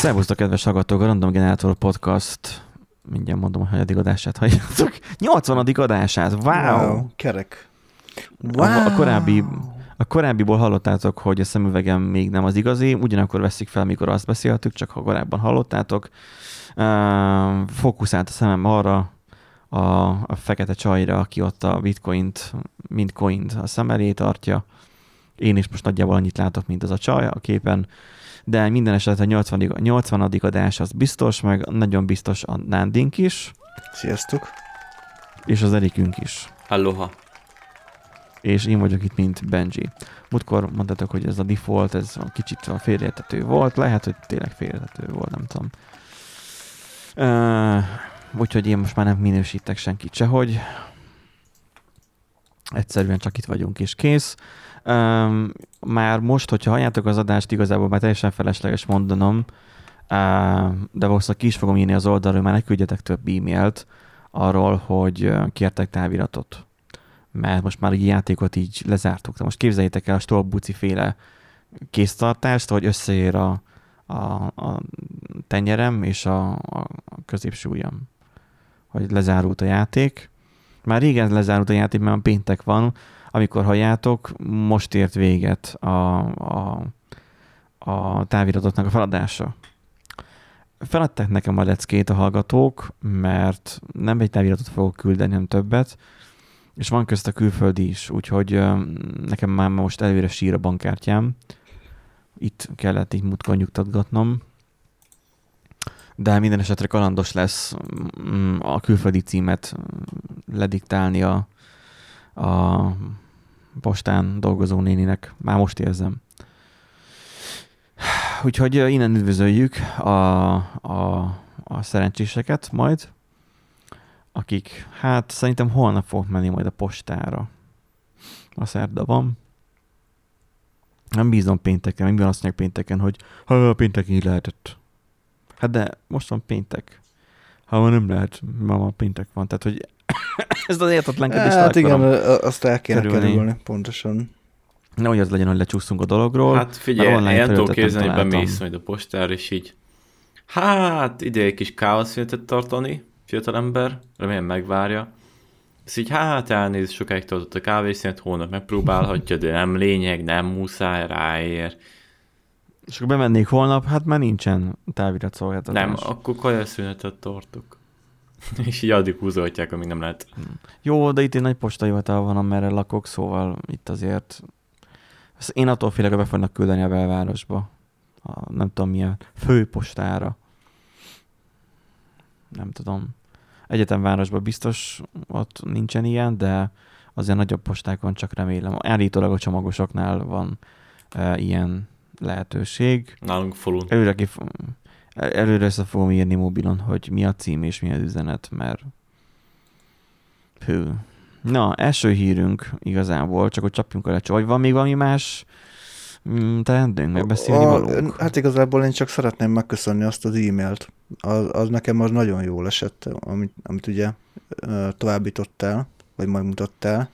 Szervusztok, kedves hallgatók, a Random Generator Podcast, mindjárt mondom, hogy a adását halljátok. 80. adását, wow! Kerek. Wow. A korábbiból hallottátok, hogy a szemüvegem még nem az igazi, ugyanakkor veszik fel, mikor azt beszéltük, csak ha korábban hallottátok. Fókuszált a szemem arra, a fekete csajra, aki ott a bitcoint, mint coint a szem elé tartja. Én is most nagyjából annyit látok, mint az a csaj a képen. De minden esetre a 80. adás az biztos, meg nagyon biztos a Nándink is. Sziasztok. És az Erikünk is. Aloha. És én vagyok itt, mint Benji. Múltkor mondtátok, hogy ez a default, ez kicsit félreérthető volt. Lehet, hogy tényleg félreérthető volt, nem tudom. Úgyhogy én most már nem minősítek senkit sehogy. Egyszerűen csak itt vagyunk és kész. Már most, hogyha halljátok az adást, igazából már teljesen felesleges mondanom, de valószínűleg ki is fogom írni az oldalról, már ne küldjetek több e-mailt arról, hogy kértek táviratot. Mert most már egy játékot így lezártuk. De most képzeljétek el a Stolbuci féle kéztartást, hogy összeér a tenyerem és a középső ujjam. Hogy lezárult a játék. Már régen lezárult a játék, mert péntek van, amikor halljátok, most ért véget a táviratoknak a feladása. Feladták nekem a leckét a hallgatók, mert nem egy táviratot fogok küldeni, hanem többet, és van közt a külföldi is, úgyhogy nekem már most előre sír a bankkártyám. Itt kellett így múltkor nyugtatgatnom. De minden esetre kalandos lesz a külföldi címet lediktálni a postán dolgozó néninek. Már most érzem. Úgyhogy innen üdvözöljük a szerencséseket majd, akik, hát szerintem holnap fogok menni majd a postára. A szerda van. Nem bízom pénteken, mindig azt mondják pénteken, hogy ha pénteken így lehetett. Hát de most van péntek. Ha ma nem lehet, ma péntek van. Tehát, hogy ez az értetlenkedést hát igen, azt el kéne kerülni, pontosan. Nehogy az legyen, hogy lecsúszunk a dologról. Hát figyelj, én tudok képzelni, hogy bemész majd a postára, és így hát ide egy kis káoszszünetet tartani, fiatalember, remélem megvárja. Ez így hát elnéz, sokáig tartott a kávészünet, holnap megpróbálhatja, de nem lényeg, nem muszáj, ráér. És akkor bemennék holnap, hát már nincsen táviratszolgáltatás. Nem, akkor kajaszünetet tartok. És így addig húzolhatják, amíg nem lehet. Jó, de itt egy nagy postai hivatal van, amerre lakok, szóval itt azért én attól félek, hogy be fognak küldeni a belvárosba. Nem tudom milyen főpostára. Nem tudom. Egyetemvárosban biztos ott nincsen ilyen, de azért nagyobb postákon csak remélem. Állítólag a csomagosoknál van ilyen lehetőség. Nálunk falun. Előre össze fogom írni mobilon, hogy mi a cím és mi az üzenet, mert hű. Na, első hírünk igazából, csak hogy csapjunk a lecsó. Vagy van még valami más teendőnk, megbeszélni valók? Hát igazából én csak szeretném megköszönni azt az e-mailt. Az nekem az nagyon jól esett, amit ugye továbbítottál, vagy majd mutattál.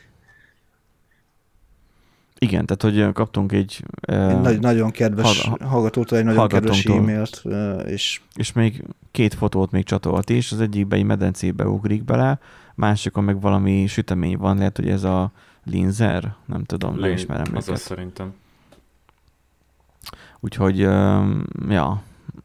Igen, tehát hogy kaptunk egy nagyon kedves hallgatótól egy nagyon kedves e-mailt. És még 2 fotót még csatolt is, az egyikbe egy medencébe ugrik bele, másikon meg valami sütemény van, lehet, hogy ez a linzer, nem tudom, nem ismerem őket. Az szerintem. Úgyhogy, ja,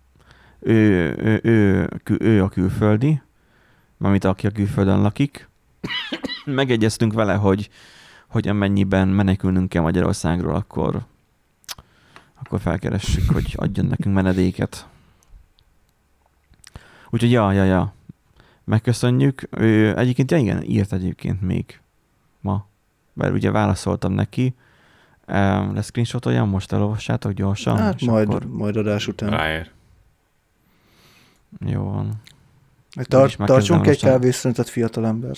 ő a külföldi, mármint aki a külföldön lakik. Megegyeztünk vele, hogy amennyiben menekülnünk kell Magyarországról, akkor felkeressük, hogy adjon nekünk menedéket. Úgyhogy ja. Megköszönjük. Ő egyébként, ja igen, írt egyébként még ma. Mert ugye válaszoltam neki. Leszcreenshotoljam, most elolvassátok gyorsan. Hát majd adás után. Ráér. Jó van. Tartsunk egy kávészünetet, fiatalember.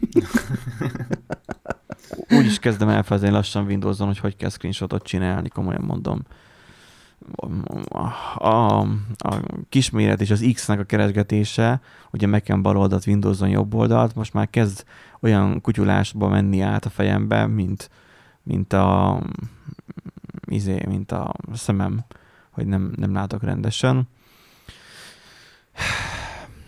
Úgy is kezdem elfelejteni lassan Windowson, hogy kell screenshotot csinálni, komolyan mondom. A kisméret és az X-nek a keresgetése, ugye Mac-en bal oldalt, Windowson jobb oldalt, most már kezd olyan kutyulásba menni át a fejembe, mint a szemem, hogy nem látok rendesen.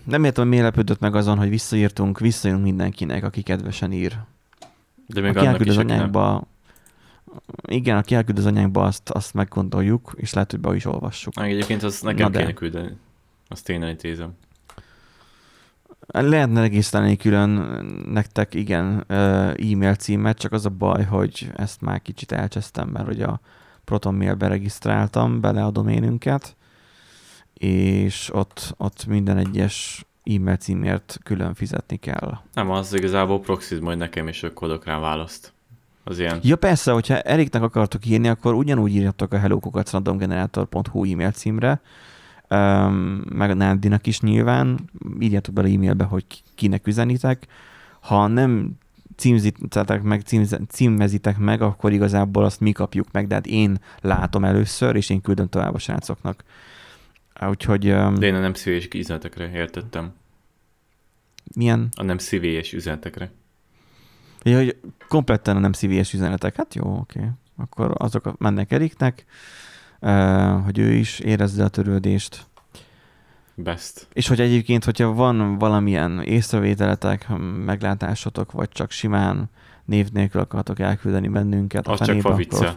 Nem értem, hogy miért lepődött meg azon, hogy visszaírunk mindenkinek, aki kedvesen ír. De még annak is, anyákba, igen, aki elküld az anyánkba, azt meggondoljuk, és lehet, hogy be is olvassuk. Egyébként azt nekem kéne küldeni. Azt én elintézem. Lehetne regisztrálni külön nektek, igen, e-mail címet, csak az a baj, hogy ezt már kicsit elcsesztem, mert hogy a ProtonMailbe regisztráltam bele a doménünket, és ott minden egyes e-mail címért külön fizetni kell. Nem, az igazából proxy, majd nekem is kodok rá választ. Az ilyen. Ja persze, hogyha Eriknek akartok írni, akkor ugyanúgy írjatok a hello@randomgenerator.hu e-mail címre, meg a Nádinak is nyilván, írjátok bele e-mailbe, hogy kinek üzenitek. Ha nem címezitek meg, akkor igazából azt mi kapjuk meg, de hát én látom először, és én küldöm tovább a srácoknak. Úgyhogy... De én a nem szívélyes üzenetekre értettem. Milyen? A nem szívélyes üzenetekre. Ja, hogy kompletten a nem szívélyes üzenetek. Hát jó, oké. Akkor azok mennek Eriknek, hogy ő is érezze a törődést. Best. És hogy egyébként, hogyha van valamilyen észrevételetek, meglátásotok, vagy csak simán név nélkül akartok elküldeni bennünket, az csak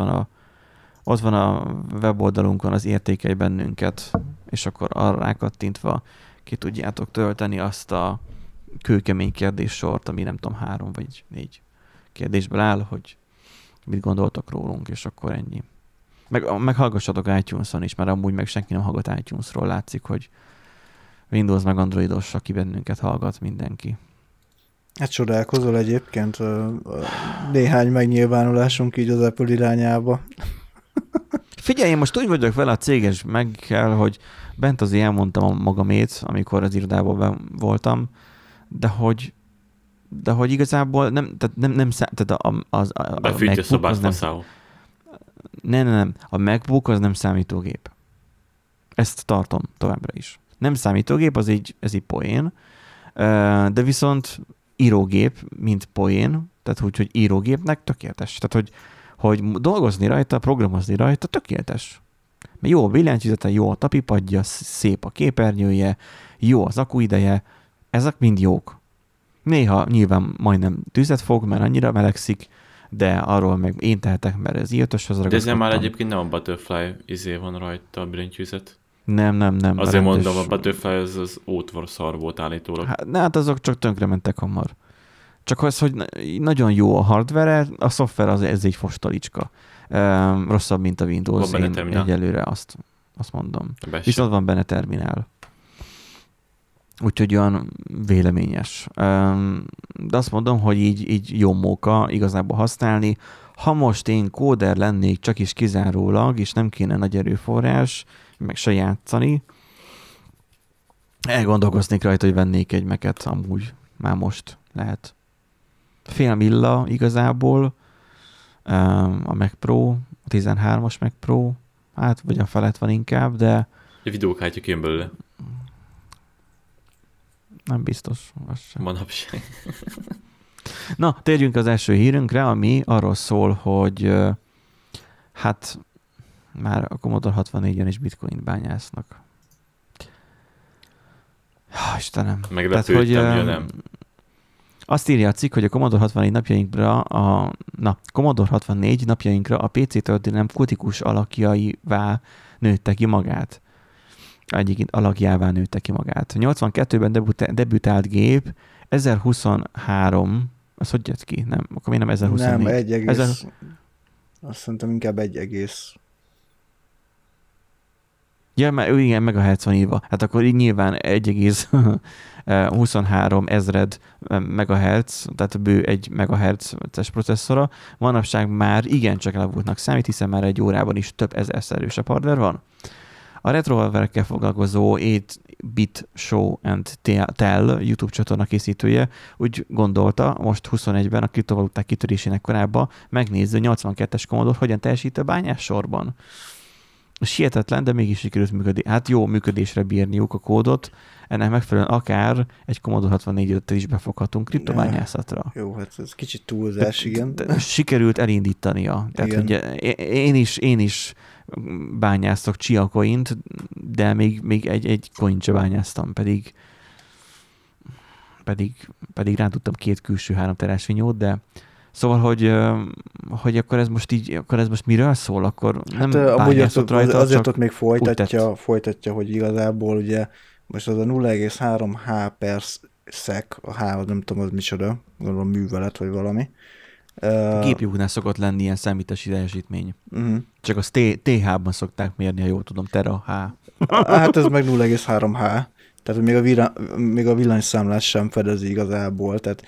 ott van a weboldalunkon az értékelj bennünket, és akkor arra rákattintva ki tudjátok tölteni azt a kőkemény kérdéssort, ami nem tudom 3 vagy 4 kérdésből áll, hogy mit gondoltok rólunk, és akkor ennyi. Meg hallgassatok iTunes-on is, mert amúgy meg senki nem hallgat iTunes-ról, látszik, hogy Windows meg Androidos, aki bennünket hallgat, mindenki. Hát csodálkozol egyébként néhány megnyilvánulásunk így az Apple irányába. Figyelj, én most úgy vagyok vele a céges megkel, hogy bent azért elmondtam magamét, amikor az irodában voltam, de hogy igazából befűtj a szobát faszául. Nem. A MacBook az nem számítógép. Ezt tartom továbbra is. Nem számítógép, ez egy poén, de viszont írógép, mint poén, tehát úgy, hogy írógépnek tökéletes. Tehát, hogy dolgozni rajta, programozni rajta, tökéletes. Mert jó a billentyűzete, jó a tapipadja, szép a képernyője, jó az akkuideje, ezek mind jók. Néha nyilván majdnem tüzet fog, mert annyira melegszik, de arról meg én tehetek, mert ez i5-öshöz ragaszkodtam. De ezzel már egyébként nem a Butterfly van rajta a billentyűzet. Nem. Azért mondom, a Butterfly az ótvar szar volt állítólag. Hát azok csak tönkrementek hamar. Csak az, hogy nagyon jó a hardware, a szoftver ez egy fostalicska. Rosszabb, mint a Windows. Én egyelőre azt mondom. Viszont van benne terminál. Úgyhogy olyan véleményes. De azt mondom, hogy így jó móka igazából használni. Ha most én kóder lennék csak is kizárólag, és nem kéne nagy erőforrás, meg se játszani, elgondolkoznék rajta, hogy vennék egy Mac-et amúgy. Már most lehet. Fél milla igazából, a Mac Pro, a 13-as Mac Pro, hát vagy a felett van inkább, de... A videókártya kijön belőle. Nem biztos. Manapság. Na, térjünk az első hírünkre, ami arról szól, hogy hát már a Commodore 64-en is bitcoin bányásznak. Istenem. Meglepődtem, nem. Azt írja a cikk, hogy a Commodore 64 napjainkra a PC történelem kultikus alakjaivá nőtte ki magát. Egyébként alakjává nőtte ki magát. 82-ben debütált gép, 1023, az hogy jött ki? Nem, akkor még nem 1024. Nem, azt szerintem inkább 1. Ja, mert igen, megahertz van írva. Hát akkor így nyilván 1,23 ezred megahertz, tehát bő 1 megahertzes processzora. Manapság már igencsak elavultnak számít, hiszen már egy órában is több ezerszer erősebb hardware van. A retrohardverekkel foglalkozó 8-Bit Show and Tell YouTube csatorna készítője úgy gondolta, most 21-ben a kriptovaluták kitörésének korában megnézze, 82-es Commodore hogyan teljesít a bányás sorban. És hihetetlen, de mégis sikerült működni. Hát jó működésre bírniuk a kódot, ennek megfelelően akár egy Commodore 64-et is befoghatunk kriptobányászatra. Jó, hát ez kicsit túlzás, igen. Sikerült elindítania. Tehát ugye, én is bányáztok Chia coint, de még egy coint se bányáztam, pedig pedig rá tudtam 2 külső 3 terás vinyót, de szóval, hogy akkor ez most miről szól? Akkor hát nem bányászott rajta, azért ott még folytatja, hogy igazából ugye most az a 0,3 H per szek, a H, az nem tudom, az micsoda, gondolom művelet, vagy valami. A gépjuknál szokott lenni ilyen számítási teljesítmény. Csak az TH-ban szokták mérni, ha jól tudom, tera H. Hát ez meg 0,3 H. Tehát még a villanyszámlás sem fedezi igazából. Tehát,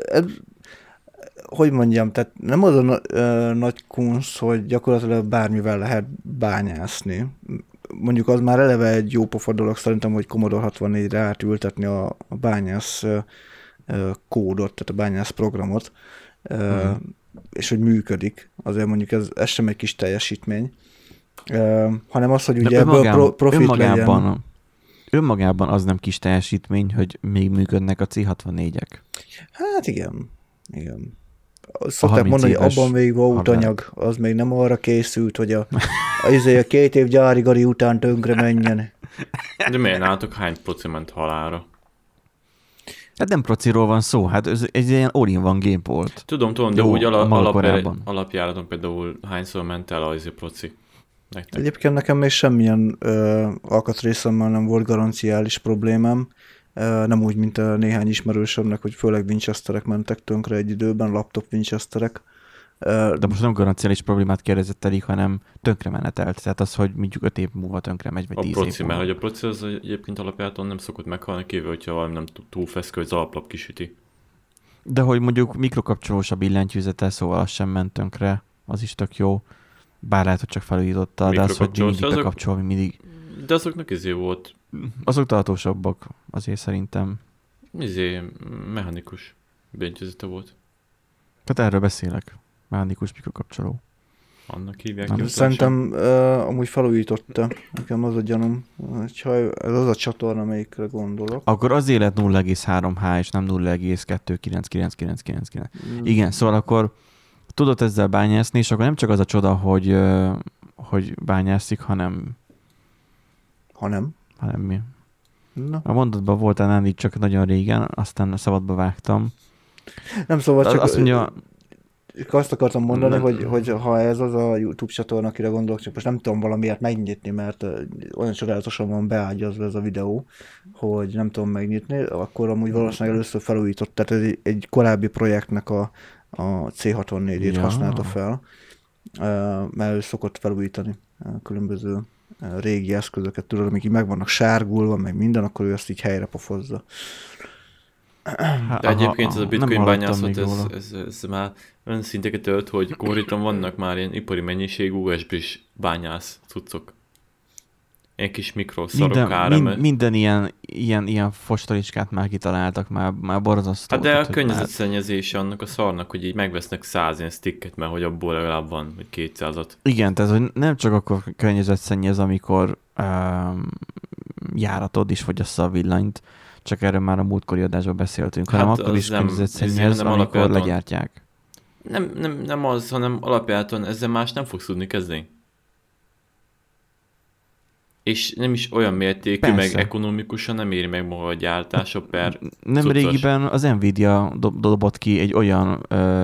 hogy mondjam, tehát nem az a nagy kunsz, hogy gyakorlatilag bármivel lehet bányászni. Mondjuk az már eleve egy jó pofa dolog szerintem, hogy Commodore 64-re átültetni a bányász kódot, tehát a bányász programot, és hogy működik. Azért mondjuk ez sem egy kis teljesítmény. Hanem az, hogy ugye ebből profit legyen. Önmagában az nem kis teljesítmény, hogy még működnek a C64-ek. Hát igen. Szokták mondani, hogy abban még volt anyag, az még nem arra készült, hogy a 2 év gyári gari után tönkre menjen. De miért nálatok hány proci ment halálra? Hát nem prociról van szó, hát ez egy ilyen all-in-one game volt. Tudom, de úgy alapjáraton például hányszor ment el az proci? Nektek. Egyébként nekem még semmilyen alkatrészemmel nem volt garanciális problémám. Nem úgy, mint a néhány ismerősömnek, hogy főleg Winchesterek mentek tönkre egy időben, laptop Winchesterek. De most nem garanciális problémát kérdezett elég, hanem tönkre menetelt. Tehát az, hogy mondjuk 5 év múlva tönkre megy, vagy 10 év múlva. Mert hogy a proci az egyébként alapjáton nem szokott meghalni, kívül, hogyha valami nem túl feszkő, hogy az alaplap kisüti. De hogy mondjuk mikrokapcsolós a billentyűzete, szóval az sem ment tönkre, az is tök jó. Bár lehet, hogy csak felújította, de az, hogy mindig bekapcsol, mindig... De azoknak volt. Azok tartósabbak, azért szerintem. Mechanikus billentyűzete volt. Tehát erről beszélek. Mechanikus mikrokapcsoló. Annak hívják. Szerintem amúgy felújította. Nekem az a gyanúm. Ez az a csatorna, amelyikre gondolok. Akkor azért lett 0,3H és nem 0,29999. Igen, szóval akkor tudod ezzel bányászni, és akkor nem csak az a csoda, hogy bányászik, hanem mi? Na. A mondatban voltál nálam így csak nagyon régen, aztán szabadba vágtam. Nem, szóval csak azt mondja, azt akartam mondani, hogy ha ez az a YouTube csatorna, akire gondolok, csak most nem tudom valamiért megnyitni, mert olyan csodálatosan van beágyazva ez a videó, hogy nem tudom megnyitni, akkor amúgy valószínűleg először felújított, tehát ez egy korábbi projektnek a C64-ét használta fel, mert ő szokott felújítani különböző régi eszközöket, tudod, amik így meg vannak sárgulva, meg minden, akkor ő azt így helyre pofozza. De egyébként ez a bitcoin bányászat, ez már olyan szinteket ölt, hogy konkrétan vannak már ilyen ipari mennyiségű USB-s bányász cuccok. Ilyen kis mikroszarok KRM. Minden ilyen fostolicskát már kitaláltak, már borzasztó. Hát de a környezetszennyezése annak a szarnak, hogy így megvesznek 100 ilyen sticket, mert hogy abból legalább van, vagy 200-at. Igen, tehát hogy nem csak akkor környezetszennyez, amikor járatod is fogyassza a villanyt, csak erről már a múltkori adásban beszéltünk, hanem akkor is környezetszennyez, amikor legyártják. Nem az, hanem alapjáton ezzel más nem fogsz tudni kezdeni. És nem is olyan mértékű, persze, meg ekonomikusan nem éri meg maga a gyártása per nem régiben az Nvidia dobott ki egy olyan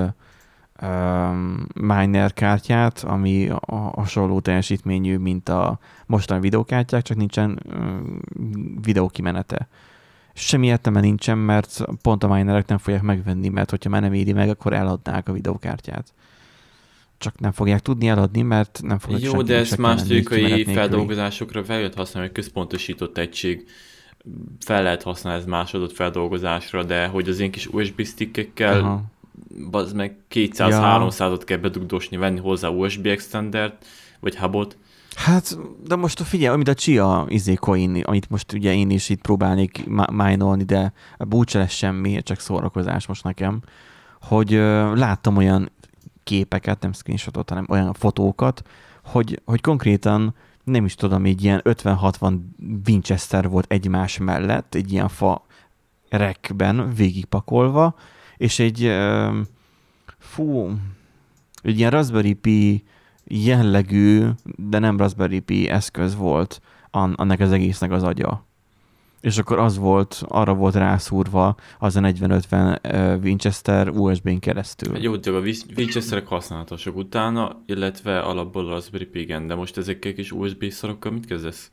miner kártyát, ami hasonló teljesítményű, mint a mostani videókártyák, csak nincsen videókimenete. Semmi értelme nincsen, mert pont a minerek nem fogják megvenni, mert hogyha már nem éri meg, akkor eladnák a videókártyát. Csak nem fogják tudni eladni, mert nem fogják senki. Jó, de ezt más tőkai feldolgozásokra fel lehet használni, hogy központosított egység fel lehet használni ez más adott feldolgozásra, de hogy az én kis USB stickekkel az meg 200-300-ot kell bedugdosni, venni hozzá USB extendert, vagy hubot. Hát, de most figyelj, amit a Chia coin, amit most ugye én is itt próbálnék minolni, de búcsa lesz semmi, csak szórakozás most nekem, hogy láttam olyan képeket, nem screenshotot, hanem olyan fotókat, hogy konkrétan nem is tudom, egy ilyen 50-60 Winchester volt egymás mellett, egy ilyen fa rekben végigpakolva, és egy ilyen Raspberry Pi jellegű, de nem Raspberry Pi eszköz volt annak az egésznek az agya. És akkor arra volt rászúrva az a 4050 Winchester USB-n keresztül. Jó, de a Winchesterek használatosak utána, illetve alapból a Raspberry Pi-gen, de most ezekkel kis USB szarokkal mit kezdesz?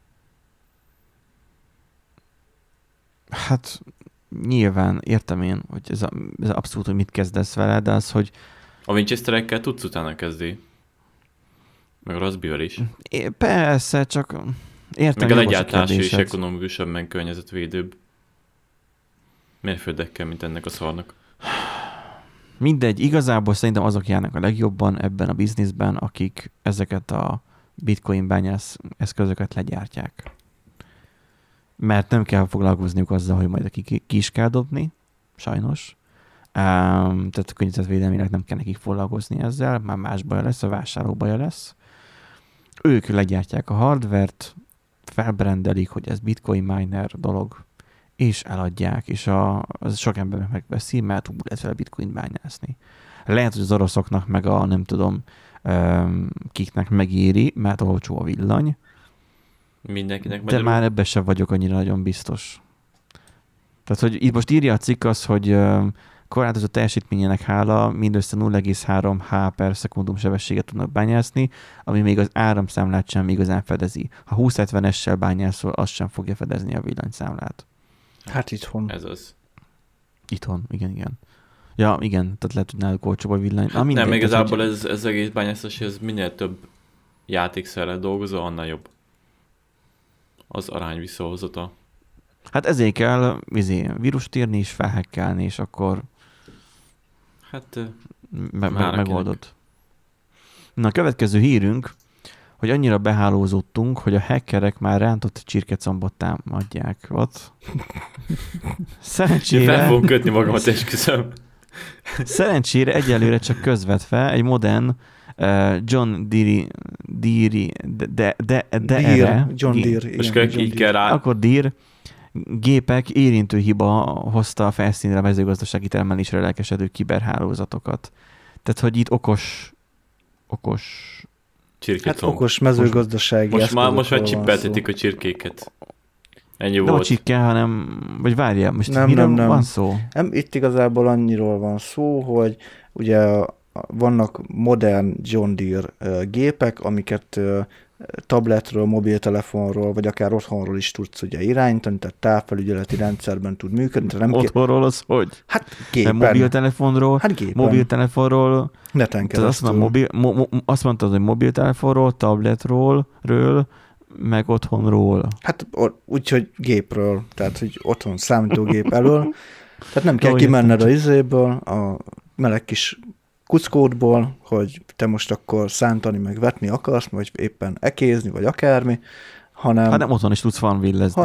Hát nyilván értem én, hogy ez abszolút, hogy mit kezdesz vele, de az, hogy... A Winchesterekkel tudsz utána kezdeni. Meg a Raspberry is. Persze, csak értem. Meg a legyártása is ekonomikusabb, meg környezetvédőbb. Mérföldekkel, mint ennek a szarnak. Mindegy, igazából szerintem azok járnak a legjobban ebben a bizniszben, akik ezeket a bitcoin bányász eszközöket legyártják. Mert nem kell foglalkozniuk azzal, hogy majd ki is kell dobni, sajnos. Tehát a környezetvédelmileg nem kell nekik foglalkozni ezzel, már más baja lesz, a vásárló baja lesz. Ők legyártják a hardvert, felbrendelik, hogy ez bitcoin miner dolog, és eladják, és az sok ember megveszi, mert úgy lehet vele bitcoin bányászni. Lehet, hogy az oroszoknak, meg a nem tudom, kiknek megéri, mert olcsó a villany, mindenkinek de már ebben sem vagyok annyira nagyon biztos. Tehát, hogy itt most írja a cikk az, hogy korlátozott teljesítményének hála mindössze 0,3 H per szekundum sebességet tudnak bányászni, ami még az áramszámlát sem igazán fedezi. Ha 2070-essel bányászol, az sem fogja fedezni a villanyszámlát. Hát itthon. Ez az. Itthon, igen. Ja, igen, tehát lehet, hogy náluk olcsóbb a villany. Hát nem, igazából ez egész bányászás, ez minél több játékszerrel dolgozol, annál jobb. Az arány visszahozata. Hát ezért kell vírust írni és felhekkelni, és akkor hát megoldod. Na, a következő hírünk, hogy annyira behálózottunk, hogy a hackerek már rántott csirkecombot támadják. Ott. Szerencsére... Fel fogom kötni magamat, esküszöm. Szerencsére egyelőre csak közvetve egy modern John Deere. Most így kell rá. Akkor Deere gépek érintő hiba hozta a felszínre a mezőgazdasági termelésre lelkesedő kiberhálózatokat. Tehát, hogy itt okos hát okos mezőgazdasági most már csippeltetik a csirkéket. Ennyi nem volt. Nem a csirke, hanem... Vagy várjál, most nem. van szó? Nem, itt igazából annyiról van szó, hogy ugye vannak modern John Deere gépek, amiket tabletről, mobiltelefonról, vagy akár otthonról is tudsz ugye irányítani, tehát távfelügyeleti rendszerben tud működni. Nem otthonról az hogy? Hát gépen. Mobiltelefonról? Hát gépen. Mobiltelefonról? Neten keresztül. Azt mondtad, hogy mobiltelefonról, tabletról, meg otthonról. Hát úgyhogy gépről, tehát hogy otthon számítógép elől. Tehát nem kell kimenned a izéből, a meleg kis kuckódból, hogy te most akkor szántani, meg vetni akarsz, vagy éppen ekézni, vagy akármi, hanem otthon is tudsz farmvillezni.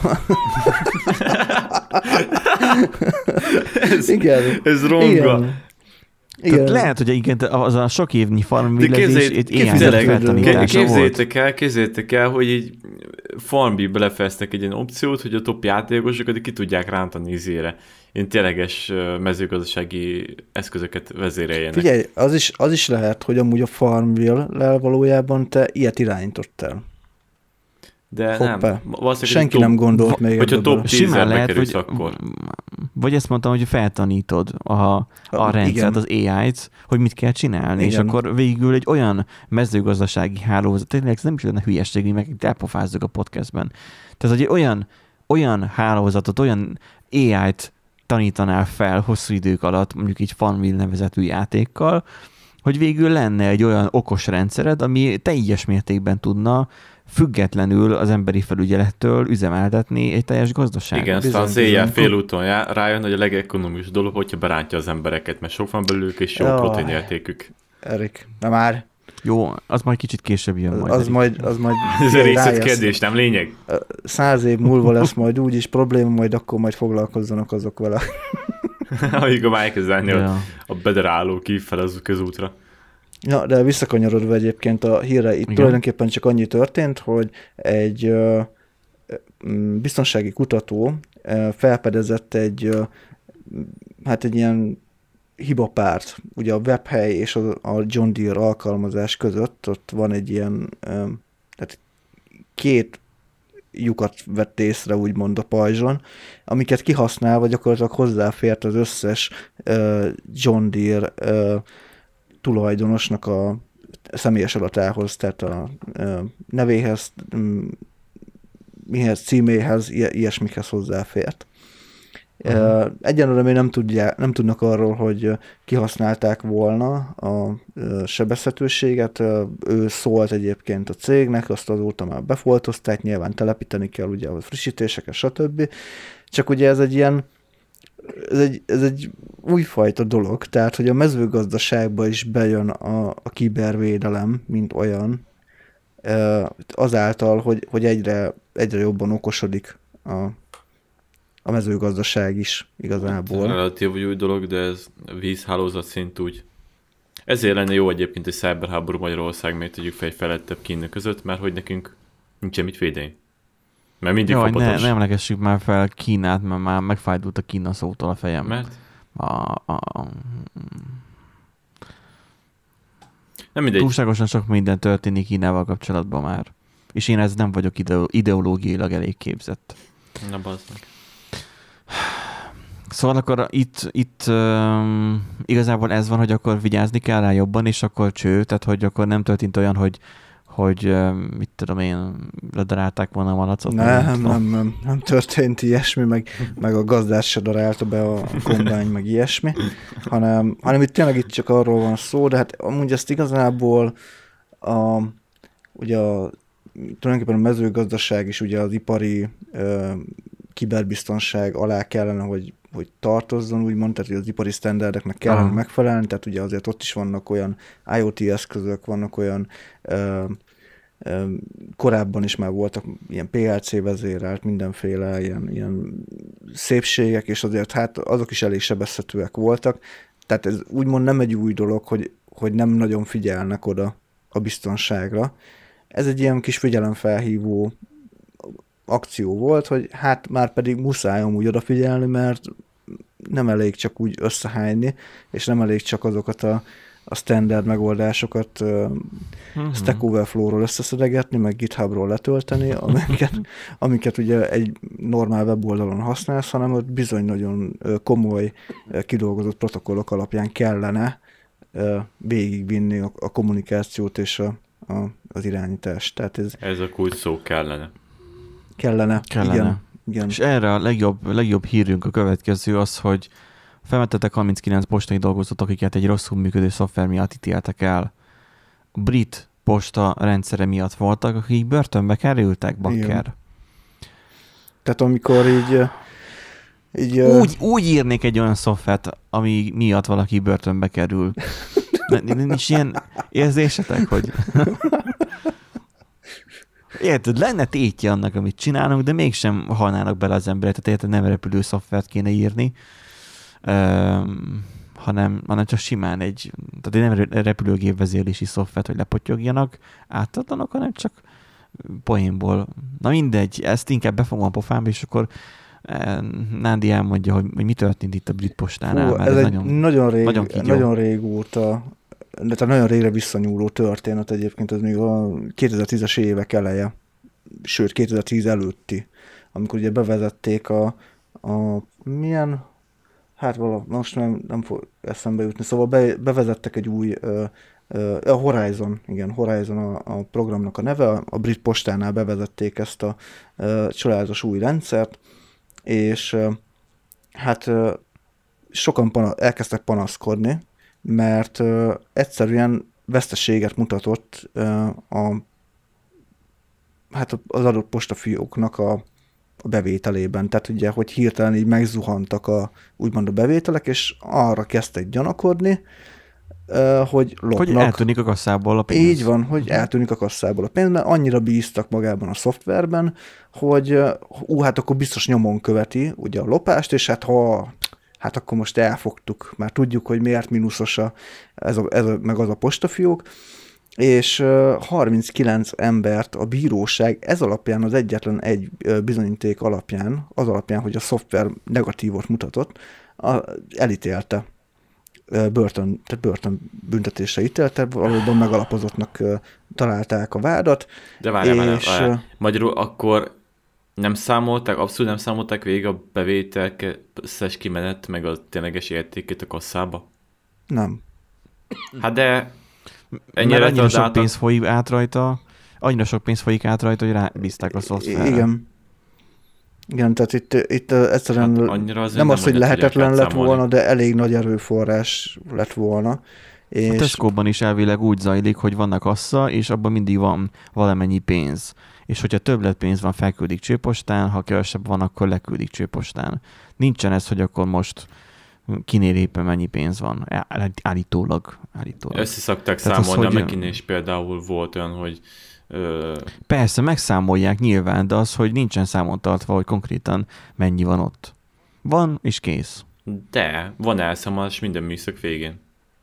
Ez ronga. Tehát lehet, hogy igen, az a sok évnyi farmvillezés képzeljétek el, hogy így Farmbi belefeztek egy ilyen opciót, hogy a top játékosokat ki tudják rántani izére. Ilyen tényleges mezőgazdasági eszközöket vezéreljenek. Figyelj, az is lehet, hogy amúgy a Farmville-lel valójában te ilyet irányítottál. De hoppá. Nem. Senki nem gondolt még hogyha top 10-zel bekerülsz, akkor. Vagy ezt mondtam, hogy feltanítod a rendszert, az AI-t, hogy mit kell csinálni, igen. És akkor végül egy olyan mezőgazdasági hálózat, tényleg ez nem is lenne hülyeség, hogy meg elpofázzuk a podcastben. Tehát, hogy olyan hálózatot, olyan AI-t tanítanál fel hosszú idők alatt, mondjuk így Farmville nevezetű játékkal, hogy végül lenne egy olyan okos rendszered, ami teljes mértékben tudna függetlenül az emberi felügyelettől üzemeltetni egy teljes gazdaságot. Igen, aztán az éjjel félúton rájön, hogy a legekonomikus dolog, hogyha berántja az embereket, mert sok van belőlük, és jó proteinértékük. Erik, na már. Jó, az majd kicsit később jön majd. Az majd ez egy részletkérdés, nem lényeg? 100 év múlva lesz majd úgyis probléma, majd akkor majd foglalkozzanak azok vele. Amikor már elkezdelni a bederáló kifele az közútra. Ja, de visszakanyarodva egyébként a hírre, itt tulajdonképpen csak annyi történt, hogy egy biztonsági kutató felfedezett egy ilyen hibapárt. Ugye a webhely és a John Deere alkalmazás között ott van egy ilyen, tehát két lyukat vett észre, úgymond a pajzson, amiket kihasználva gyakorlatilag hozzáfért az összes John Deere tulajdonosnak a személyes adatához, tehát a nevéhez, mihez, címéhez, ilyesmikhez hozzáfért. Egyenlőre még nem tudnak arról, hogy kihasználták volna a sebezhetőséget. Ő szólt egyébként a cégnek, azt azóta már befoltozták, nyilván telepíteni kell ugye a frissítéseket, stb. Csak ugye ez egy ilyen, ez egy újfajta dolog, tehát hogy a mezőgazdaságba is bejön a kibervédelem, mint olyan, azáltal, hogy egyre jobban okosodik a mezőgazdaság is igazából. Relatív új dolog, de ez vízhálózat szint úgy. Ezért lenne jó egyébként egy cyberháború Magyarország, mert tudjuk fel egy felettebb Kína között, mert hogy nekünk nincsen mit védeni. Mert mindig fapados. Ne emlegessük már fel Kínát, mert már megfájdult a Kína szótól a fejem. Mert? Nem mindegy. Túlságosan sok minden történik Kínával kapcsolatban már. És én ez nem vagyok ideológiailag elég képzett. Na bazd meg. Szóval akkor itt igazából ez van, hogy akkor vigyázni kell rá jobban, és akkor tehát hogy akkor nem olyan, hogy mit tudom én, ledarálták volna a malacot? Nem történt ilyesmi, meg a gazdás se darálta be a kombány, meg ilyesmi, hanem itt tényleg csak arról van szó, de hát amúgy ezt igazából ugye tulajdonképpen a mezőgazdaság is ugye az ipari kiberbiztonság alá kellene, hogy tartozzon, úgymond, tehát hogy az ipari sztenderdeknek kellene megfelelni, tehát ugye azért ott is vannak olyan IoT eszközök, vannak olyan korábban is már voltak ilyen PLC vezérelt, mindenféle ilyen szépségek, és azért hát azok is elég sebezhetőek voltak, tehát ez úgymond nem egy új dolog, hogy nem nagyon figyelnek oda a biztonságra. Ez egy ilyen kis figyelemfelhívó akció volt, hogy hát már pedig muszáj amúgy odafigyelni, mert nem elég csak úgy összehányni, és nem elég csak azokat a standard megoldásokat Stack Overflow-ról összeszedegetni, meg GitHub-ról letölteni, amiket ugye egy normál weboldalon használsz, hanem ott bizony nagyon komoly kidolgozott protokollok alapján kellene végigvinni a kommunikációt és az irányítást. Tehát ez a kulcs szó kellene. Kellene. Igen. És erre a legjobb hírünk a következő az, hogy felvettetek 39 postai dolgozót, akiket egy rosszul működő szoftver miatt ítéltek el. A brit posta rendszere miatt voltak, akik börtönbe kerültek, bakker. Igen. Tehát amikor így úgy írnék egy olyan szoftvert, ami miatt valaki börtönbe kerül. Nincs ilyen érzésetek, hogy... Érted, lenne tétje annak, amit csinálunk, de mégsem halnának bele az emberek, tehát érted, nem repülő szoftvert kéne írni, hanem csak simán tehát nem repülőgép vezérlési szoftvert, hogy lepotyogjanak, átadlanak, hanem csak poénból. Na mindegy, ezt inkább befogom a pofámba, és akkor Nándi elmondja, hogy mi történt itt a brit postánál. Ez egy nagyon régóta, de tehát nagyon régre visszanyúló történet egyébként, ez még a 2010-es évek eleje, sőt 2010 előtti, amikor ugye bevezették a milyen, hát most nem fog eszembe jutni, szóval bevezettek egy új, a Horizon, igen, Horizon a programnak a neve, a brit postánál bevezették ezt a csodálatos új rendszert, és hát sokan elkezdtek panaszkodni, mert egyszerűen veszteséget mutatott az adott postafióknak a bevételében. Tehát ugye, hogy hirtelen így megzuhantak úgymond a bevételek, és arra kezdtek gyanakodni, hogy lopnak. Hogy eltűnik a kasszából a pénz. Így van, hogy eltűnik a kasszából a pénz, mert annyira bíztak magában a szoftverben, hogy hát akkor biztos nyomon követi ugye a lopást, és hát akkor most elfogtuk, már tudjuk, hogy miért mínuszos ez meg az a postafiók, és 39 embert a bíróság ez alapján, az egyetlen egy bizonyíték alapján, az alapján, hogy a szoftver negatívot mutatott, elítélte. Börtönbüntetésre ítélte, valóban megalapozottnak találták a vádat. De várjál, magyarul akkor abszolút nem számolták végig a bevétel összes kimenet, meg a tényleges értékét a kasszába? Nem. Hát de ennyire annyira sok pénz folyik át rajta, hogy rábízták a szoftverre. Igen, tehát itt egyszerűen hát nem az, hogy lehetetlen lett volna, de elég nagy erőforrás lett volna. És... A Tesco-ban is elvileg úgy zajlik, hogy vannak kassa, és abban mindig van valamennyi pénz. És hogyha többletpénz van, felküldik csőpostán, ha kevesebb van, akkor leküldik csőpostán. Nincsen ez, hogy akkor most kinél éppen mennyi pénz van. Állítólag. Összeszakták számolni, hogy... Mekinél is például volt olyan, hogy... Persze, megszámolják nyilván, de az, hogy nincsen számon tartva, hogy konkrétan mennyi van ott. Van, és kész. De van elszámolás minden műszak végén.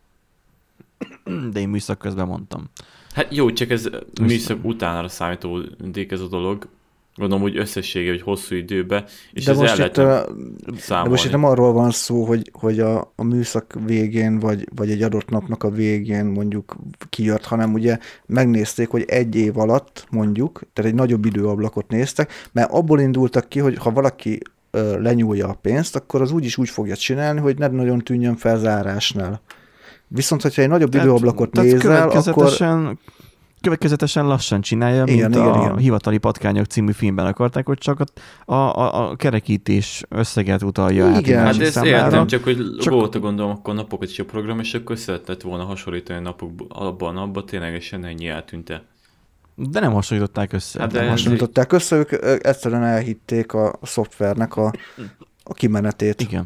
De én műszak közben mondtam. Hát jó, csak ez műszak utánára számítódik ez a dolog. Gondolom, hogy összessége, hogy hosszú időben, és de ez el lehet számolni. De most itt nem arról van szó, hogy a műszak végén, vagy egy adott napnak a végén mondjuk kijött, hanem ugye megnézték, hogy egy év alatt mondjuk, tehát egy nagyobb időablakot néztek, mert abból indultak ki, hogy ha valaki lenyúlja a pénzt, akkor az úgyis úgy fogja csinálni, hogy ne nagyon tűnjön fel zárásnál. Viszont, hogyha egy nagyobb időablakot nézel, akkor... Következetesen lassan csinálja, mint a Hivatali patkányok című filmben akarták, hogy csak a kerekítés összeget utalja át. Igen, hát ezt értem, csak hogy volt gondolom, akkor napokat is a program, és akkor szeretett volna hasonlítani napok abban a napban, ténylegesen ennyi eltűnte. De nem hasonlították össze. Hát nem hasonlították össze, ők egyszerűen elhitték a szoftvernek a kimenetét. Igen.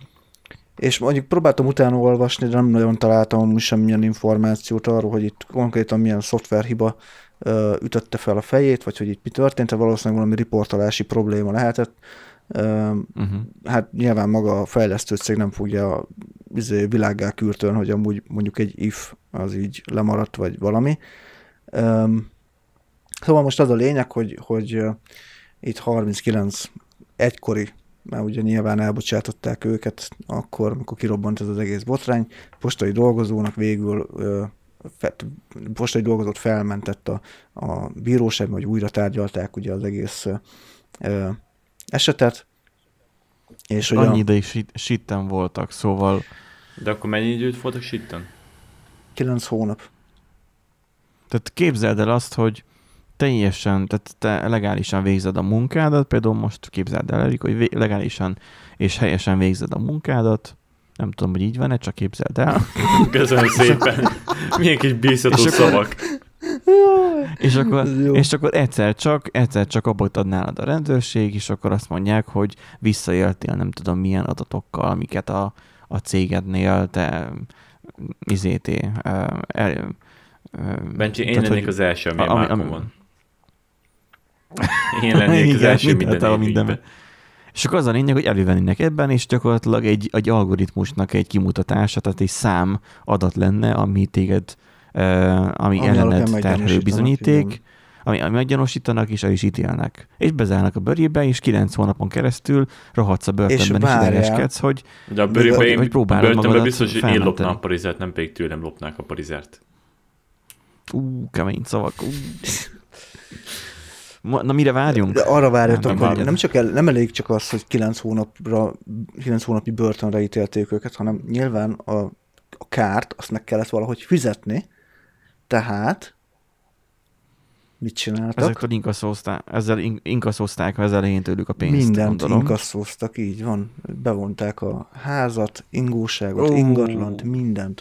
És mondjuk próbáltam utána olvasni, de nem nagyon találtam semmilyen információt arról, hogy itt konkrétan milyen szoftverhiba ütötte fel a fejét, vagy hogy itt mi történt, valószínűleg valami riportolási probléma lehetett. Hát nyilván maga a fejlesztő cég nem fogja világgá kürtön, hogy amúgy mondjuk egy if az így lemaradt, vagy valami. Szóval most az a lényeg, hogy itt 39 egykori, mert ugye nyilván elbocsátották őket akkor, amikor kirobbant ez az egész botrány. Postai dolgozónak végül postai dolgozót felmentett a bíróság, hogy újra tárgyalták ugye az egész esetet. És annyi ideig sitten voltak, szóval... De akkor mennyi időt voltak sitten? 9 hónap. Tehát képzeld el azt, hogy teljesen, tehát te legálisan végzed a munkádat, például most képzeld el, hogy legálisan és helyesen végzed a munkádat, nem tudom, hogy így van-e, csak képzeld el. Köszönöm szépen. Milyen kis bízható szavak. És akkor egyszer csak abba ad nálad a rendőrség, és akkor azt mondják, hogy visszaéltél nem tudom milyen adatokkal, amiket a cégednél te Bencsi, én lennék az első, ami a márkon van. Én lennék az első mindenben. És akkor az a lényeg, hogy elővennének ebben, és gyakorlatilag egy algoritmusnak egy kimutatása, tehát egy szám adat lenne, ami téged, ami ellened terhelő bizonyíték, ami meggyanúsítanak, és el is ítélnek. És bezárnak a bőrébe, és 9 hónapon keresztül rohadsz a börtönben, és idegeskedsz, hogy de a börtönben magadat biztos, hogy én lopnám a parizert, nem pedig tőlem lopnák a parizert. Kemény szavak. Na, mire várjunk? De arra várjatok, hogy nem elég csak az, hogy 9 hónapi börtönre ítélték őket, hanem nyilván a kárt azt meg kellett valahogy fizetni, tehát mit csináltak? Ezzel inkasszózták az elején tőlük a pénzt. Mindent inkasszóztak, így van. Bevonták a házat, ingóságot, ingatlant, mindent.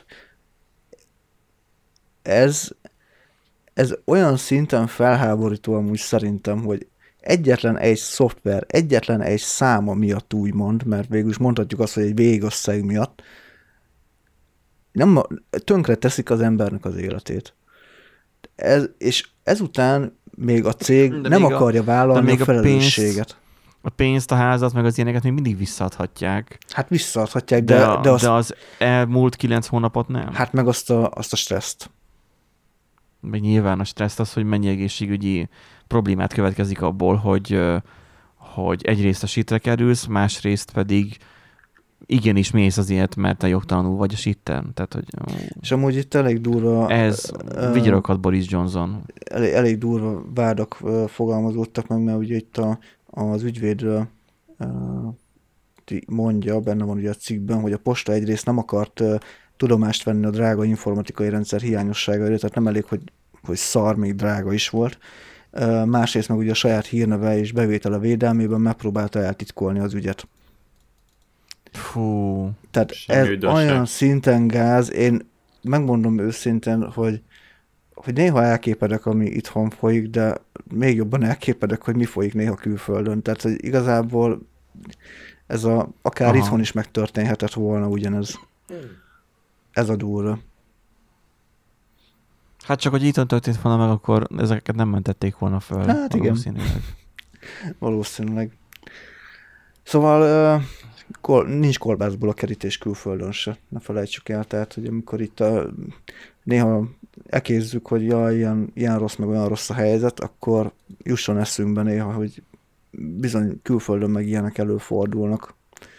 Ez olyan szinten felháborító amúgy szerintem, hogy egyetlen egy szoftver, egyetlen egy száma miatt úgymond, mert végül is mondhatjuk azt, hogy egy végösszeg miatt tönkre teszik az embernek az életét. És ezután még a cég nem akarja vállalni a felelősséget. A pénzt, a házat, meg az ilyeneket még mindig visszaadhatják. Hát visszaadhatják, de az elmúlt 9 hónapot nem. Hát meg azt a stresszt. Meg nyilván a stresszt az, hogy mennyi egészségügyi problémát következik abból, hogy egyrészt a sítre kerülsz, másrészt pedig igenis mész azért, mert te jogtalanul vagy a síten. Tehát, hogy, és amúgy itt elég durva... Ez vigyoroghat Boris Johnson. Elég durva vádak fogalmazódtak meg, mert ugye itt az ügyvéd mondja, benne van ugye a cikkben, hogy a posta egyrészt nem akart tudomást venni a drága informatikai rendszer hiányosságairól, tehát nem elég, hogy szar, még drága is volt. Másrészt meg ugye a saját hírneve és bevétele védelmében megpróbálta eltitkolni az ügyet. Fú. Tehát ez olyan szinten gáz, én megmondom őszintén, hogy néha elképedek, ami itthon folyik, de még jobban elképedek, hogy mi folyik néha külföldön. Tehát, hogy igazából ez akár itthon is megtörténhetett volna ugyanez. Ez a durva. Hát csak, hogy itthon történt volna meg, akkor ezeket nem mentették volna föl. Hát igen. Valószínűleg. Szóval nincs kolbászból a kerítés külföldön se. Ne felejtsük el. Tehát, hogy amikor itt néha ekézzük, hogy ilyen rossz, meg olyan rossz a helyzet, akkor jusson eszünkbe néha, hogy bizony külföldön meg ilyenek előfordulnak.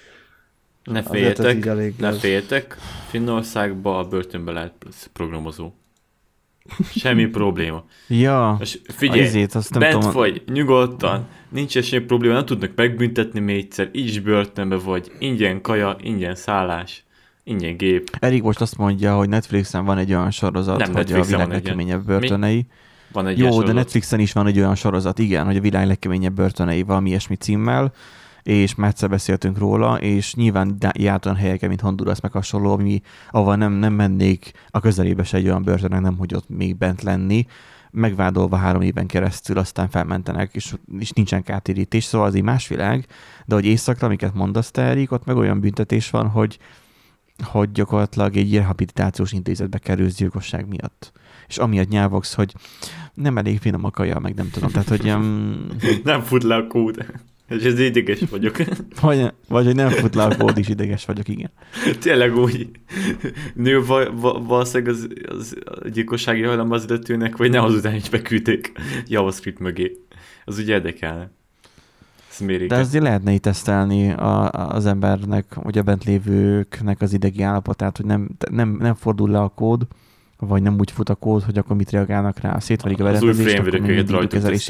Ne féljetek, Finnországban a börtönbe lehet programozó. Semmi probléma. Ja, most figyelj, bent vagy, nyugodtan, nincs semmi probléma, nem tudnak megbüntetni még egyszer, így is börtönbe vagy, ingyen kaja, ingyen szállás, ingyen gép. Erik most azt mondja, hogy Netflixen van egy olyan sorozat, nem, hogy a világ legkeményebb börtönei. Van egy jó, de Netflixen is van egy olyan sorozat, igen, hogy a világ legkeményebb börtönei, valami ilyesmi címmel, és már egyszer beszéltünk róla, és nyilván járt olyan helyeken, mint Honduras, meg hasonló, ahol nem mennék a közelébe se egy olyan börtönnek, nem hogy ott még bent lenni, megvádolva 3 éven keresztül, aztán felmentenek, és nincsen kártérítés, szóval az egy más világ, de hogy északra, amiket mondasz te, Erik, ott meg olyan büntetés van, hogy gyakorlatilag egy rehabilitációs intézetbe kerülsz gyilkosság miatt. És amiatt nyávogsz, hogy nem elég finom a kaja, meg nem tudom. Tehát, hogy nem fut le a kód. És ez ideges vagyok. Vagy hogy nem fut le a kód is, ideges vagyok, igen. Tényleg úgy nő valószínűleg az gyilkossági hajlamban az illetőnek, vagy ne azután is beküldték JavaScript mögé. Az ugye érdekelne. De azért lehetne így tesztelni az embernek, vagy a bent lévőknek az idegi állapotát, hogy nem fordul le a kód, vagy nem úgy fut a kód, hogy akkor mit reagálnak rá. Szétverik a berendezést, akkor mindig dűkezelési.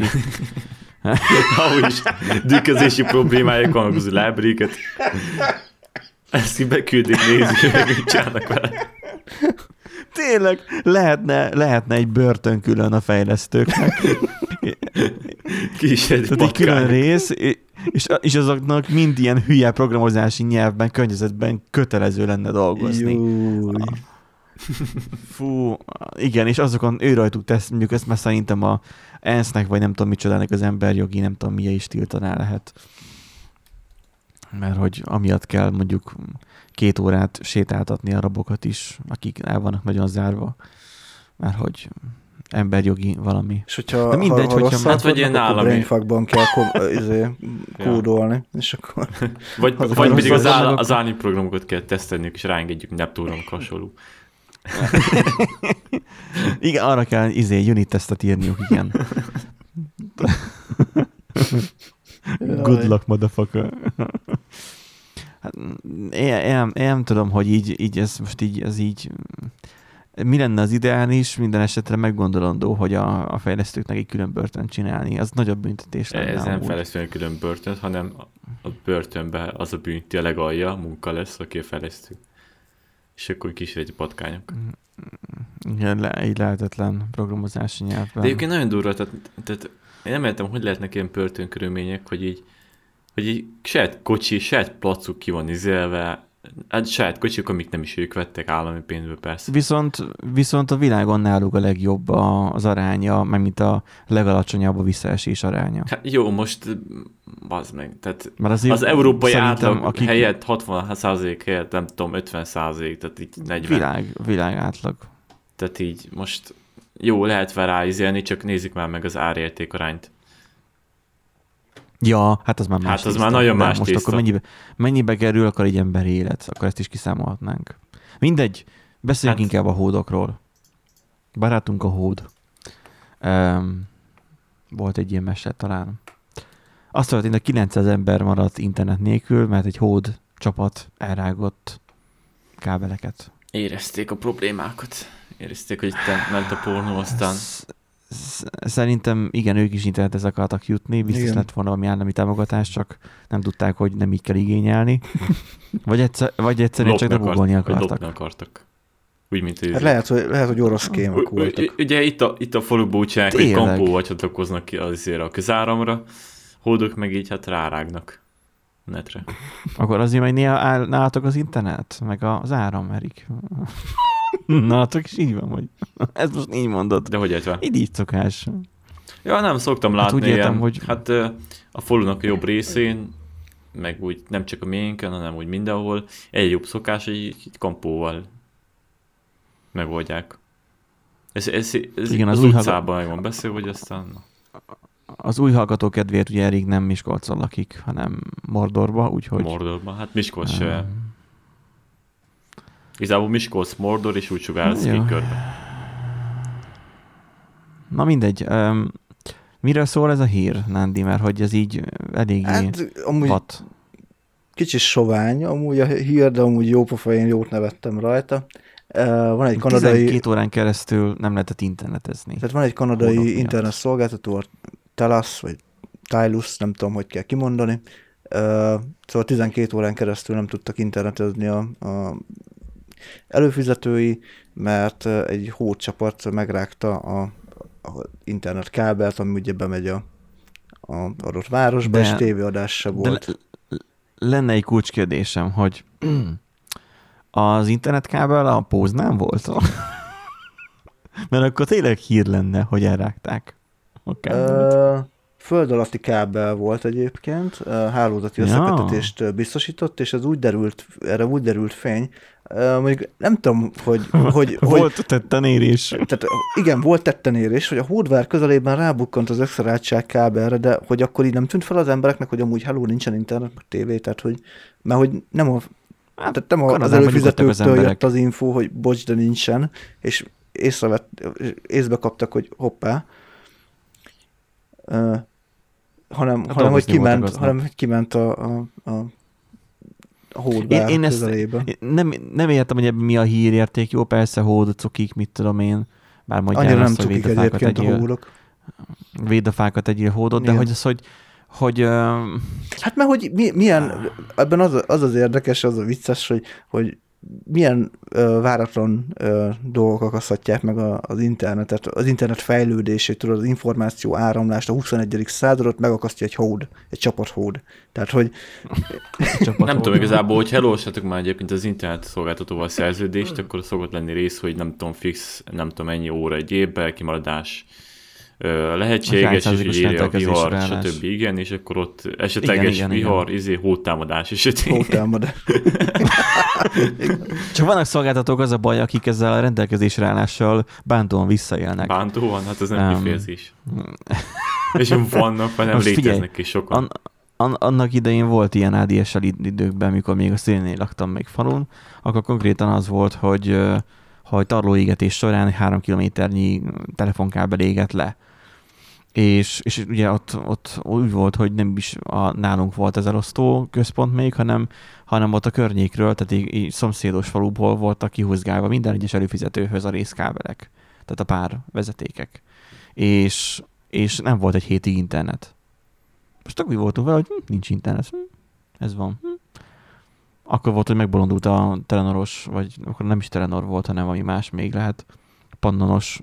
Ahogy dűkezési problémájuk van, az library-ket. Ezt így beküldik, nézzük, hogy mit csinálnak vele. Tényleg, lehetne egy börtön külön a fejlesztőknek. Kis egy külön rész, és azoknak mind ilyen hülye programozási nyelvben, környezetben kötelező lenne dolgozni. Júj. Fú, igen, és azokon rajtuk tesz, mondjuk ezt már szerintem a ENSZ-nek, vagy nem tudom micsodának az emberjogi, nem tudom milyen is tiltaná lehet. Mert hogy amiatt kell mondjuk 2 órát sétáltatni a rabokat is, akik el vannak nagyon zárva. Mert hogy emberjogi valami. És hogyha rosszat hát, vagy akkor brainfuckban kell kódolni, és akkor... vagy pedig az állni programokat kell tesztelni, és ráengedjük Neptunnak hasonló. Igen, arra kell unit testet írniuk, igen. Good luck, motherfucker. Hát, én nem tudom, hogy így ez most így mi lenne az ideális, minden esetre meggondolandó, hogy a fejlesztőknek egy külön börtönt csinálni. Az nagyobb büntetés lenne. Ez nem fejlesztőnek külön börtönt, hanem a börtönben az a bünti a legalja, munka lesz, aki a fejlesztő. És akkor kísérleti patkányok. Igen, így lehetetlen programozási nyelvben. De egyébként nagyon durva, tehát én nem értem, hogy lehetnek ilyen börtönkörülmények, hogy így saját kocsi, saját placuk ki van izélve, hát saját kocsik, amik nem is ők vettek állami pénzből persze. Viszont a világon náluk a legjobb az aránya, meg mint a legalacsonyabb a visszaesés aránya. Hát jó, most bazd meg, tehát az európai átlag helyett 60% helyett, nem tudom, 50%, tehát így 40. Világ átlag. Tehát így most jó, lehet vele ráizélni, csak nézzük már meg az árérték arányt. Ja, hát az már más. Hát az már nagyon más most tészta. Akkor mennyibe kerül akkor egy ember élet? Akkor ezt is kiszámolhatnánk. Mindegy, beszéljünk inkább a hódokról. Barátunk a hód. Volt egy ilyen mese talán. Azt történt, hogy 900 ember maradt internet nélkül, mert egy hód csapat elrágott kábeleket. Érezték a problémákat. Érezték, hogy itt ment a pornó, aztán... Szerintem igen, ők is internethez akartak jutni, biztos lett volna valami állami támogatás, csak nem tudták, hogy nem így kell igényelni. Vagy egyszerűen csak debugolni akartak. Úgy, mint hát lehet, hogy orosz kémek voltak. Ugye itt a faluból úgy csinálják, hogy kampóval csatlakoznak ki azért a közáramra, hódok meg így hát rárágnak netre. Akkor azért, hogy néha nálatok az internet, meg az áram, Erik. Nálatok is így van, hogy ez most így mondod. De hogy értve? Így szokás. Ja, nem szoktam látni úgy értem, hogy... Hát a falunak a jobb részén, meg úgy nem csak a miénken, hanem úgy mindenhol, egy jobb szokás, hogy így kampóval megoldják. Ez igen, az utcában meg van beszél, hogy aztán... Az új hallgató kedvéért ugye Erik nem Miskolcon lakik, hanem Mordorba, úgyhogy... Mordorba, hát Miskolc se... Igazából Miskolc, Mordor, és úgy sugárz ki körbe. Na mindegy. Miről szól ez a hír, Nándi? Mert hogy ez így eléggé hát, vad. Kicsit sovány, amúgy a hír, de amúgy jópofa, én jót nevettem rajta. Van egy kanadai... 12 órán keresztül nem lehetett internetezni. Tehát van egy kanadai internet szolgáltató, a Telus, vagy Tylus, nem tudom, hogy kell kimondani. Szóval 12 órán keresztül nem tudtak internetezni a előfizetői, mert egy hódcsapat megrágta a internetkábelt, ami ugye bemegy a adott városba, és tévéadás se volt. Lenne egy kulcskérdésem, hogy az internetkábel a Póznán volt? Mert akkor tényleg hír lenne, hogy elrágták a kábelt. Föld alatti kábel volt egyébként, hálózati összekötetést biztosított, és ez erre úgy derült fény, mondjuk nem tudom, hogy volt tettenérés. Tehát igen, volt tettenérés, hogy a hódvár közelében rábukkant az extra kábelre, de hogy akkor így nem tűnt fel az embereknek, hogy amúgy nincsen internet, meg tévé, tehát hogy, mert hogy nem az előfizetőktől jött az info, hogy bocs, de nincsen, és észbe kaptak, hogy hoppá, hanem hogy kiment a hódvár közelében. Nem értem, hogy ebben mi a hírérték. Jó, persze hód, cukik, mit tudom én. Bár annyira nem cukik egyébként a hódok. Védd a fákat, egyél hódot, de hogy az, hogy hát mert hogy milyen, ebben az érdekes, az a vicces, hogy milyen váratlan dolgok akaszthatják meg az internetet, az internet fejlődését, az információ áramlást, a 21. századot megakasztja egy csapathód. Tehát, hogy... nem tudom igazából, hogy elolvassatok már egyébként az internet szolgáltatóval szerződést, akkor szokott lenni rész, hogy nem tudom fix, nem tudom ennyi óra egy évben, kimaradás lehetséges, és így írja a vihar, stb. Igen, és akkor ott esetleges vihar, hótámadás esetén. Hótámadás. Csak vannak szolgáltatók, az a baj, akik ezzel a rendelkezésre állással bántóan visszaélnek. Bántóan? Hát ez nem kifejezés. És vannak, vagy nem léteznek is sokan. Annak idején volt ilyen ADSL időkben, amikor még a szélénél laktam még falun, akkor konkrétan az volt, hogy tarlóégetés során 3 kilométernyi telefonkábel égett le. És ugye ott úgy volt, hogy nem is nálunk volt ez elosztó központ még, hanem ott a környékről, tehát így szomszédos faluból voltak kihúzgálva minden egyes előfizetőhöz a részkábelek, tehát a pár vezetékek. És nem volt egy hétig internet. Most úgy voltunk vele, hogy nincs internet. Ez van. Akkor volt, hogy megbolondult a Telenoros, vagy akkor nem is Telenor volt, hanem valami más még lehet. Pannonos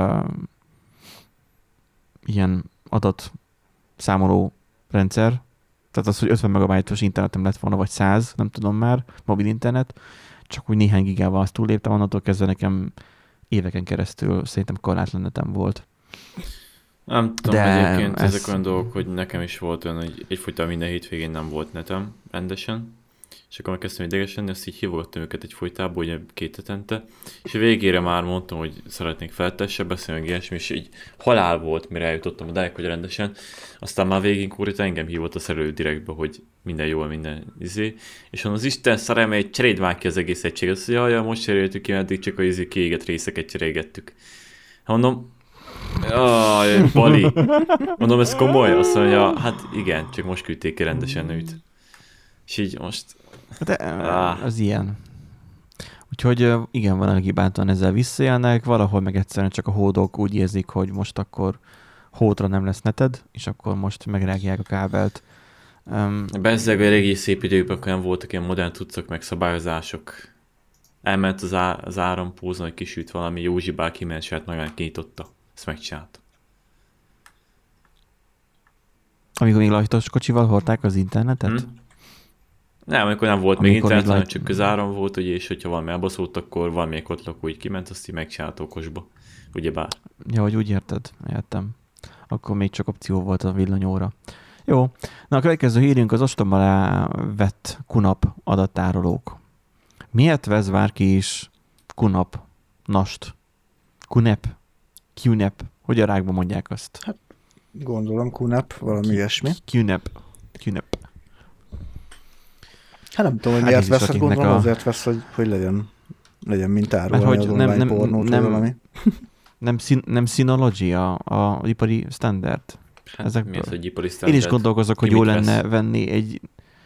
ilyen adatszámoló rendszer. Tehát az, hogy 50 megabájtos internetem lett volna, vagy 100, nem tudom már, mobil internet. Csak úgy néhány gigával azt túlléptem, onnantól kezdve nekem éveken keresztül szerintem korlátlan netem volt. Nem tudom, egyébként ezek olyan dolgok, hogy nekem is volt olyan, hogy egyfolytában minden hétvégén nem volt netem rendesen. És akkor megkezdtem idegesenni, azt így hívogattam őket egyfolytában, ugye 2 hetente, és a végére már mondtam, hogy szeretnék feltesse beszélni, meg ilyesmi, és így halál volt, mire eljutottam odáig, hogy rendesen. Aztán már végén konkrétan engem hívott a szerelő direktbe, hogy minden jól, minden és az Isten szarám, egy cseréld már ki az egész egységet, azt mondja, jaj, most cseréltük ki, eddig csak a kiégett részeket cserégettük. Mondom, Bali, mondom, ez komoly? Azt mondja, hát igen, csak most küldték ki rendesen őt. És így most... De az ilyen. Úgyhogy igen, van, aki bántan ezzel visszaélnek, valahol meg egyszerűen csak a hódok úgy érzik, hogy most akkor hótra nem lesz neted, és akkor most megrágják a kábelt. Bezzeg a régi szép időkben olyan voltak ilyen modern cuccok, meg szabályozások. Elment az árampózon, hogy kisüt valami, Józsi bár kiment, saját magán kinyitotta. Ezt megcsinálta. Amikor még lajtos kocsival hordták az internetet? Nem, amikor nem volt még internet, hanem csak közáram volt, ugye, és hogyha valami elbaszott, akkor valamelyik ott lakó így kiment, azt így megcsinált okosba. Ugyebár. Ja, hogy úgy érted? Értem. Akkor még csak opció volt a villanyóra. Jó. Na, a következő hírünk az ostrom alá vett kunap adattárolók. Miért vesz bárki is kunap, nast, kunep, QNAP? Hogy a rákban mondják azt? Hát, gondolom kunap, valami ilyesmi. QNAP. Hát nem tudom, hogy miért vesz, hát gondolom azért vesz, hogy legyen mint árulni az online pornót, vagy valami. Nem Synology a ipari standard. Mi az, hogy ipari standard? Én is gondolkozok, hogy jó lenne venni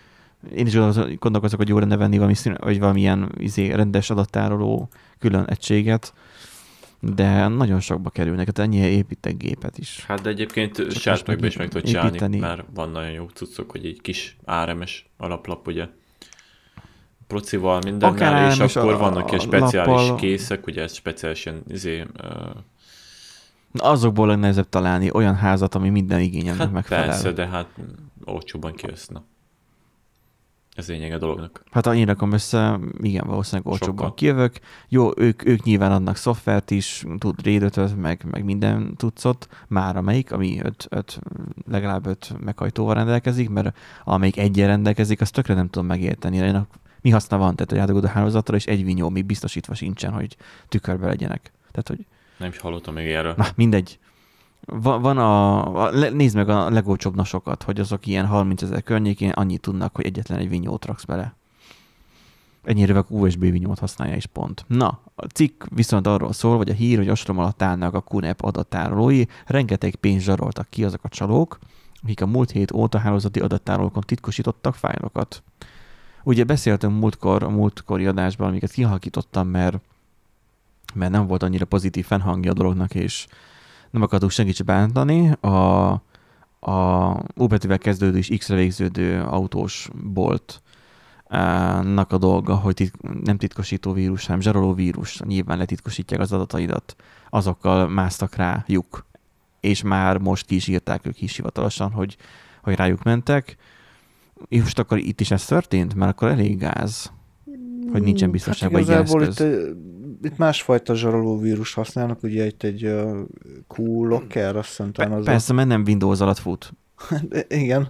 valamilyen rendes adattároló külön egységet, de nagyon sokba kerülnek, hát ennyi építek gépet is. Hát de egyébként sártmegben is meg tudod csinálni, mert van nagyon jó cuccok, hogy egy kis ARMS alaplap, ugye, procival mindennel, és akkor vannak ilyen speciális készek, ugye ez speciális ilyen azokból lenne nehezebb találni olyan házat, ami minden igényemnek megfelel. Persze, de hát olcsóban kijössz, na. Ez lényeg a dolognak. Hát ha én rakom össze, igen, valószínűleg olcsóbban kijövök. Jó, ők nyilván adnak szoftvert is, tud RAID 5-öt, meg minden tudszot, már amelyik, ami legalább 5 meghajtóval rendelkezik, mert amelyik egyen rendelkezik, azt tökre nem tudom megérteni. Mi haszna van, tehát hogy átadod a hálózatra, és egy vinyó még biztosítva sincsen, hogy tükörbe legyenek. Tehát, hogy... Nem is hallottam még erről. Na, mindegy. Nézd meg a legolcsóbb nasokat, hogy azok ilyen 30 000 környékén annyit tudnak, hogy egyetlen egy vinyót raksz bele. Ennyire USB vinyót használja is pont. Na, a cikk viszont arról szól, vagy a hír, hogy ostrom alatt állnak a QNAP adattárolói, rengeteg pénzt zsaroltak ki azok a csalók, akik a múlt hét óta hálózati adattárolókon titkosítottak fájlokat. Ugye beszéltünk a múltkori adásban, amiket kihalkítottam, mert nem volt annyira pozitív fennhangja a dolognak, és nem akartuk senkit sem bántani. A U betűvel kezdődő és X-re végződő autós boltnak a dolga, hogy nem titkosító vírus, hanem zsaroló vírus. Nyilván letitkosítják az adataidat. Azokkal másztak rájuk. És már most ki is írták ők is hivatalosan, hogy rájuk mentek. És most akkor itt is ez történt? Mert akkor elég gáz, hogy nincsen biztonságban egy eszköz. Itt másfajta zsaroló vírus használnak, ugye itt egy Q-Locker, azt hiszem talán az. Persze, mert nem Windows alatt fut. Igen.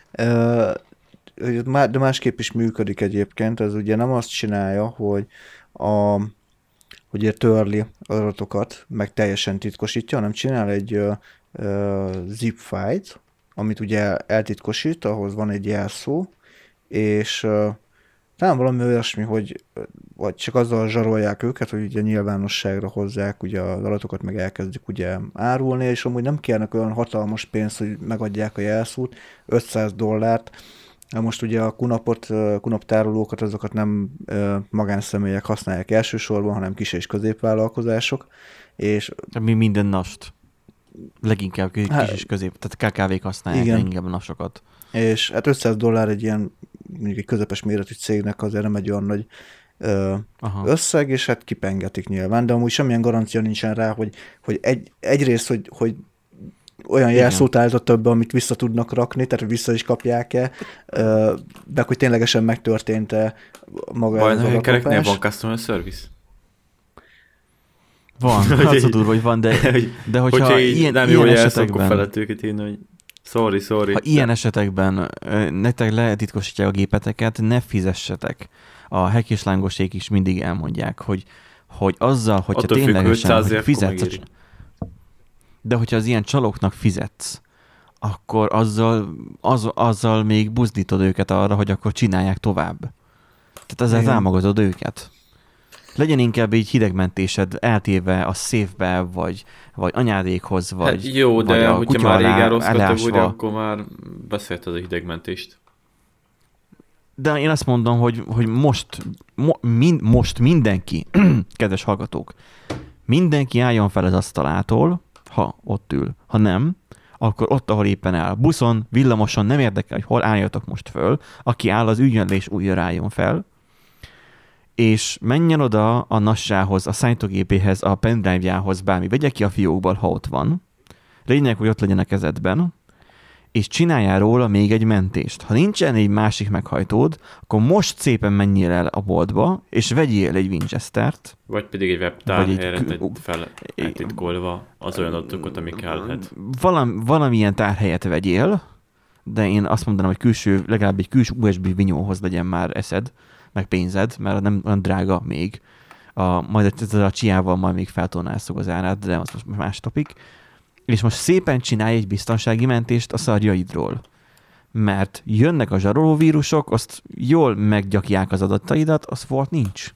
De másképp is működik egyébként. Ez ugye nem azt csinálja, hogy ugye törli adatokat, meg teljesen titkosítja, hanem csinál egy zip file-t, amit ugye eltitkosít, ahhoz van egy jelszó, és talán valami olyasmi, hogy vagy csak azzal zsarolják őket, hogy ugye nyilvánosságra hozzák ugye az adatokat, meg elkezdik ugye árulni, és amúgy nem kérnek olyan hatalmas pénzt, hogy megadják a jelszót, $500. Most ugye a QNAP tárolókat, azokat nem magánszemélyek használják elsősorban, hanem kis- és középvállalkozások. És mi minden nast. Leginkább kis és közép, tehát KKV-k használják inkább a nasokat. És hát $500 egy ilyen mondjuk egy közepes méretű cégnek azért nem egy olyan nagy összeg, és hát kipengetik nyilván, de amúgy semmilyen garancia nincsen rá, hogy egyrészt, hogy olyan jelszót állítottak be, amit vissza tudnak rakni, tehát hogy vissza is kapják-e, de hogy ténylegesen megtörtént-e maga az adatokás. Kereknél van customer service? Van, az a durva, hogy van, de hogyha nem jó jelsz, akkor felett őket írni, hogy sorry. Ha ilyen esetekben nektek letitkosítják a gépeteket, ne fizessetek. A hack és lángosék is mindig elmondják, hogy azzal, hogyha ténylegesen fizetsz, de hogyha az ilyen csalóknak fizetsz, akkor azzal még buzdítod őket arra, hogy akkor csinálják tovább. Tehát ezzel támogatod őket. Legyen inkább így hidegmentésed eltéve a széfbe, vagy anyádékhoz, vagy hát jó, de vagy hogyha már régen rossz kategória, akkor már beszélted a hidegmentést. De én azt mondom, hogy most mindenki, kedves hallgatók, mindenki álljon fel az asztalától, ha ott ül. Ha nem, akkor ott, ahol éppen áll. Buszon, villamoson, nem érdekel, hogy hol álljatok most föl. Aki áll, az üljön le és újra álljon fel. És menjen oda a nassához, a számítógépéhez, a pendrive-jához, bármi. Vegye ki a fiókból, ha ott van. Lényeg, hogy ott legyen a kezedben. És csináljál róla még egy mentést. Ha nincsen egy másik meghajtód, akkor most szépen menjél el a boltba, és vegyél egy Winchestert. Vagy pedig egy webtárhelyre feltitkolva az olyan adatokat, ami kellhet. Valamilyen tárhelyet vegyél, de én azt mondanám, hogy legalább egy külső USB vinyóhoz legyen már eszed, meg pénzed, mert nem olyan drága még. Majd ezzel a csiával majd még feltornászok az árát, de az most más topik. És most szépen csinálj egy biztonsági mentést a szarjaidról. Mert jönnek a zsarolóvírusok, azt jól meggyakják az adataidat, az volt nincs.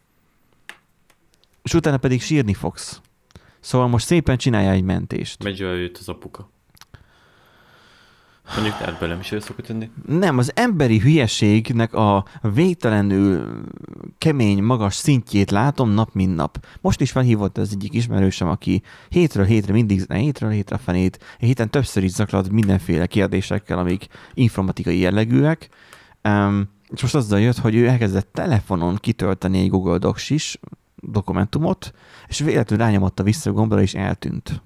És utána pedig sírni fogsz. Szóval most szépen csinálj egy mentést. Megy jött az apuka. Mondjuk tehát belem is el szokott jönni. Nem, az emberi hülyeségnek a végtelenül kemény, magas szintjét látom nap, mint nap. Most is felhívott az egyik ismerősöm, aki hétről hétre a fenét, héten többször is zaklat mindenféle kérdésekkel, amik informatikai jellegűek. És most azzal jött, hogy ő elkezdett telefonon kitölteni egy Google Docs-is dokumentumot, és véletlenül rányomott a visszagombra, és eltűnt.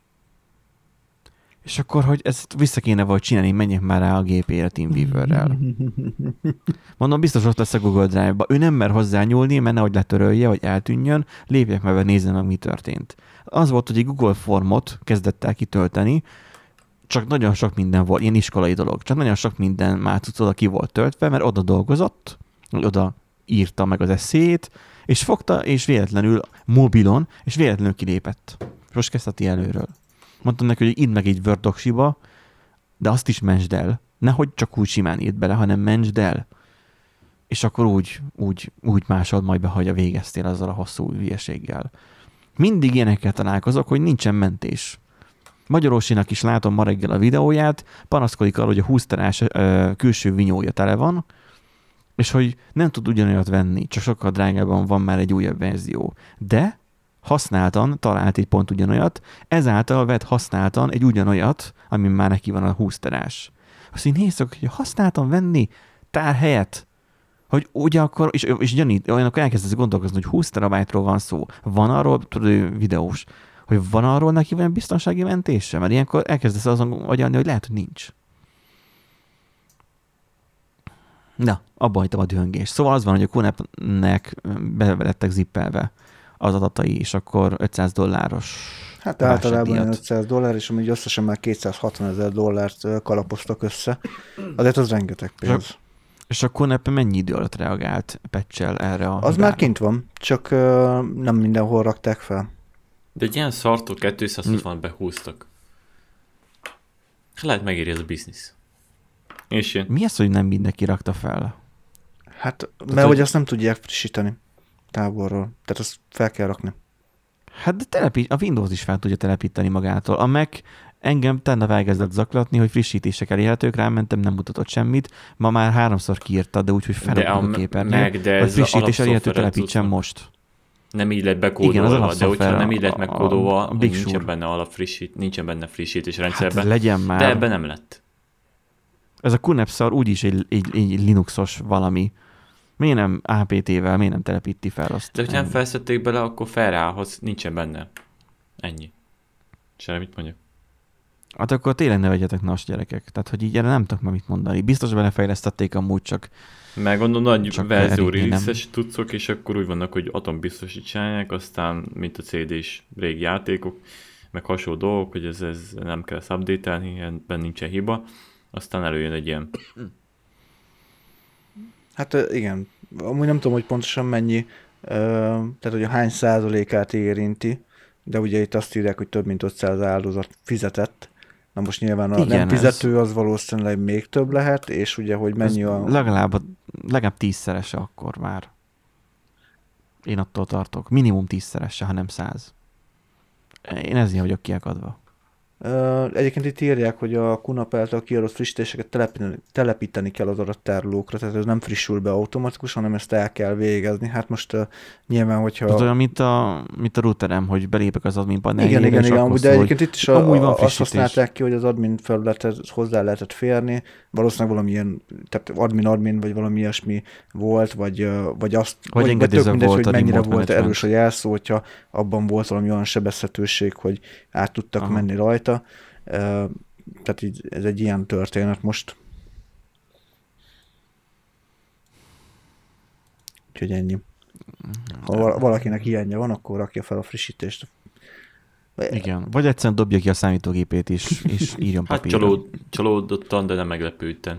És akkor, hogy ezt vissza kéne vagy csinálni, menjek már rá a gépére TeamViewer-rel. Mondom, biztos ott lesz a Google Drive-ba. Ő nem mer hozzá nyúlni, mert nehogy letörölje, vagy eltűnjön, lépjek meg, nézzem meg, mi történt. Az volt, hogy egy Google formot kezdett el kitölteni, csak nagyon sok minden volt, ilyen iskolai dolog, csak nagyon sok minden már oda ki volt töltve, mert oda dolgozott, oda írta meg az eszéjét, és fogta, és véletlenül mobilon, és véletlenül kilépett. Most kezdheti előről. Mondtam neki, hogy írd meg egy Word doksiba, de azt is mentsd el. Nehogy csak úgy simán írd bele, hanem mentsd el. És akkor úgy másod majd be, hogy végeztél azzal a hosszú hülyeséggel. Mindig ilyenekkel találkozok, hogy nincsen mentés. Magyarósinak is látom ma reggel a videóját, panaszkodik arra, hogy a 20 terás külső vinyója tele van, és hogy nem tud ugyanolyat venni, csak sokkal drágában van már egy újabb verzió. De használtan talált egy pont ugyanolyat, ezáltal vett használtan egy ugyanolyat, ami már neki van a 20 terás. Azt így nézzük, hogy használtan venni tárhelyet, hogy ugye akkor, és gyanít, olyanok elkezdesz gondolkozni, hogy 20 terabájtról van szó. Van arról, tudod, videós, hogy van arról neki olyan biztonsági mentése? Mert ilyenkor elkezdesz azon agyalni, hogy lehet, hogy nincs. Na, abba hagytam a dühöngést. Szóval az van, hogy a QNAP-nek be lettek zippelve az adatai, és akkor $500. Hát általában $500, és amúgy összesen már $260,000 kalapoztak össze. Azért az rengeteg pénz. És a QNAP mennyi idő alatt reagált patch-el erre a... Az már kint van, csak nem mindenhol rakták fel. De egy ilyen szartól 260 behúztak. Lehet megéri ez a biznisz. És jön. Mi az, hogy nem mindenki rakta fel? Hát, mert hogy azt nem tudják frissíteni távolról. Tehát azt fel kell rakni. Hát de a Windows is fel tudja telepíteni magától. A Mac engem tegnap elkezdett zaklatni, hogy frissítések elérhetők, rámentem, nem mutatott semmit. Ma már 3-szor kiírta, de úgy, hogy felrakott a képernyőt, hogy frissítés elérhető, telepítsen most. Nem így lett bekódolva, de hogyha nem így lett megkódolva, nincsen benne frissítés rendszerben, hát legyen már. De ebben nem lett. Ez a QNAP szar úgyis egy Linuxos valami. Miért nem APT-vel, miért nem telepíti fel azt? De hogyha nem felszedték bele, akkor felrához, nincsen benne. Ennyi. Semmit mondjuk. Hát akkor tényleg ne vegyetek nas gyerekek. Tehát, hogy így erre nem tudok már mit mondani. Biztos belefejlesztették amúgy csak. Meg gondolom, nagy verzió release-es tudszok, és akkor úgy vannak, hogy atombiztosítják, aztán mint a CD-s régi játékok, meg hasonló dolgok, hogy ez nem kell update-elni, ebben nincsen hiba. Aztán előjön egy ilyen. Hát igen, amúgy nem tudom, hogy pontosan mennyi, tehát hogy a hány százalékát érinti, de ugye itt azt írják, hogy több mint 500 áldozat fizetett. Na most nyilván a igen, nem fizető az valószínűleg még több lehet, és ugye, hogy mennyi a... Legalább 10-szerese akkor már. Én attól tartok. Minimum 10-szerese, ha nem 100. Én ezért vagyok kiakadva. Egyébként itt írják, hogy a QNAP által kiadott frissítéseket telepíteni kell az adattárolókra, tehát ez nem frissül be automatikusan, hanem ezt el kell végezni. Hát most nyilván, hogyha... Tehát olyan, mint a routerem, hogy belépek az admin paneljére, igen, akkor de egyébként itt is azt frissítés. használták ki, hogy az admin felülethez hozzá lehetett férni, valószínűleg valamilyen, tehát admin, vagy valami ilyesmi volt, vagy azt, vagy tök mindegy, hogy mennyire volt erős a jelszó, hogyha abban volt valami olyan sebezhetőség, hogy át tudtak menni rajta. Tehát így, ez egy ilyen történet most. Úgyhogy ennyi. Ha valakinek hiánya van, akkor rakja fel a frissítést. Igen, vagy egyszerűen dobja ki a számítógépét is, és írjon papírra. Hát csalódottan, de nem meglepődten.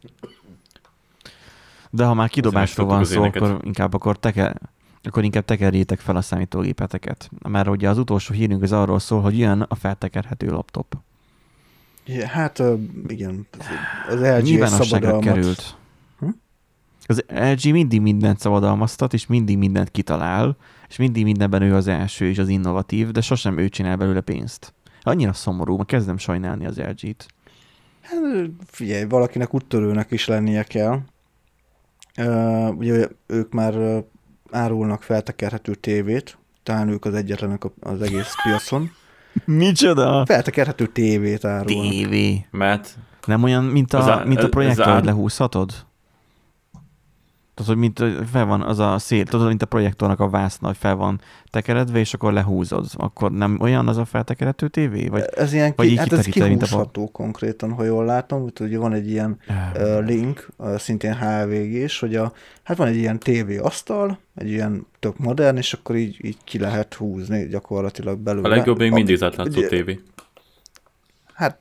De ha már kidobásról van szó, akkor inkább tekerjétek fel a számítógépeteket. Mert ugye az utolsó hírünk az arról szól, hogy jön a feltekerhető laptop. Ja, hát igen, az LG szabadalmat került. Az LG mindig mindent szabadalmaztat, és mindig mindent kitalál, és mindig mindenben ő az első és az innovatív, de sosem ő csinál belőle pénzt. Annyira szomorú, ma kezdem sajnálni az LG-t. Hát figyelj, valakinek úttörőnek is lennie kell. Ugye ők már árulnak feltekerhető tévét, talán ők az egyetlenek az egész piacon. Micsoda? Feltekerhető tévét árulnak. Tévé. Mert nem olyan, mint a projektor, hogy lehúzhatod? Tehát, hogy mint fel van az a szél, tudod, mint a projektornak a vászna, hogy fel van tekeredve, és akkor lehúzod. Akkor nem olyan az a feltekerhető tévé? Vagy, ez ilyen ez kihúzható konkrétan, ha jól látom. Ugye van egy ilyen link, szintén HVG-s, hogy van egy ilyen tévéasztal, egy ilyen tök modern, és akkor így ki lehet húzni gyakorlatilag belőle. A legjobb még mindig átlátszó tévé. Hát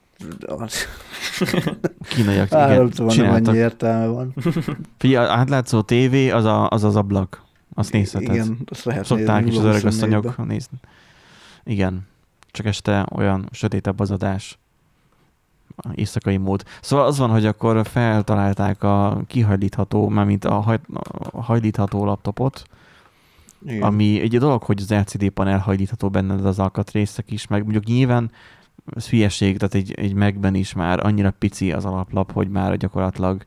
kínaiak, igen, csináltak. Annyi értelme van. Figyelj, átlátszó tévé az ablak. Azt nézheted. Igen, azt lehet szokták is az öregasszonyok nézni. Igen, csak este olyan sötétebb az adás. Éjszakai mód. Szóval az van, hogy akkor feltalálták a kihajlítható, mármint a hajlítható laptopot, igen. Ami egy dolog, hogy az LCD panel hajlítható benned az alkatrészek is, meg mondjuk nyilván ez hülyeség, tehát egy Macben is már annyira pici az alaplap, hogy már gyakorlatilag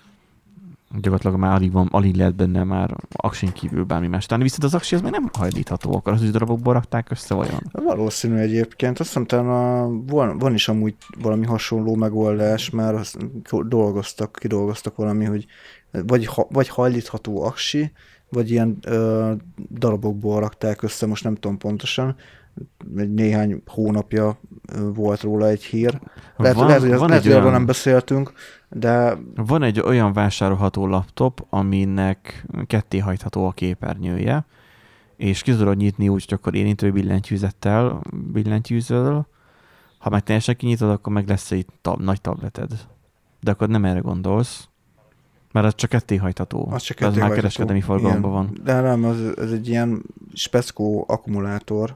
már alig lehet benne már aksin kívül bármi más. Talán viszont az aksi az még nem hajlítható, akkor az darabokból rakták össze olyan. Valószínű egyébként. Azt mondtam, van is amúgy valami hasonló megoldás, már kidolgoztak valami, hogy vagy hajlítható aksi, vagy ilyen darabokból rakták össze, most nem tudom pontosan. Néhány hónapja volt róla egy hír. Lehet, hogy arról nem beszéltünk, de... Van egy olyan vásárolható laptop, aminek kettéhajtható a képernyője, és ki tudod nyitni úgy, hogy akkor érintő billentyűzöl. Ha meg teljesen kinyitod, akkor meg lesz egy nagy tableted. De akkor nem erre gondolsz, mert az csak kettéhajtható. Az már kereskedelmi forgalomban van. De nem, ez egy ilyen speckó akkumulátor,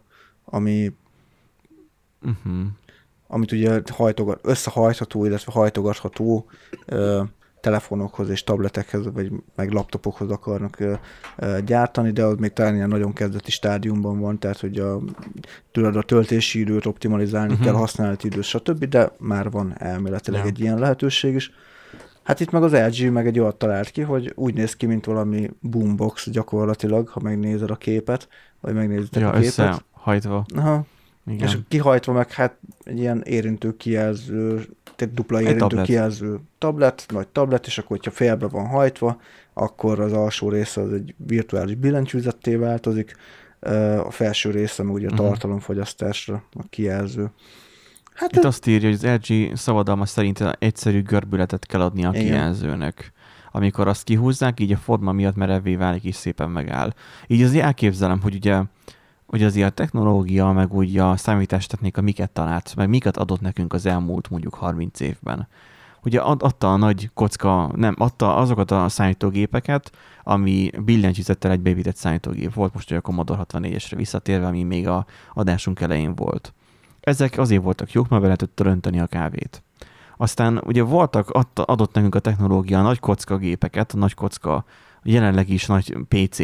amit ugye összehajtható, illetve hajtogatható telefonokhoz és tabletekhez, vagy meg laptopokhoz akarnak gyártani, de az még talán ilyen nagyon kezdeti stádiumban van, tehát hogy a töltési időt optimalizálni kell, használati időt, stb., de már van elméletileg egy ilyen lehetőség is. Hát itt meg az LG meg egy olyat talált ki, hogy úgy néz ki, mint valami boombox gyakorlatilag, ha megnézed a képet, vagy megnézitek a képet. Összehajtva. Aha. Igen. És kihajtva meg hát egy ilyen érintő kijelző, tehát dupla érintő kijelző nagy tablet, és akkor, hogyha félbe van hajtva, akkor az alsó része az egy virtuális billentyűzetté változik, a felső része meg ugye a tartalomfogyasztásra a kijelző. Hát itt azt írja, hogy az LG szabadalma szerint egyszerű görbületet kell adni a kijelzőnek. Amikor azt kihúzzák, így a forma miatt merevvé válik és szépen megáll. Így azért elképzelem, hogy ugye azért a technológia, meg úgy a számítástechnika miket talált, meg miket adott nekünk az elmúlt mondjuk 30 évben. Ugye adta a nagy kocka, adta azokat a számítógépeket, ami billentyűzettel egybeépített számítógép volt, most a Commodore 64-esre visszatérve, ami még a adásunk elején volt. Ezek azért voltak jók, mert be lehetett önteni a kávét. Aztán ugye adott nekünk a technológia a nagy kocka gépeket, a nagy kocka, jelenleg is nagy PC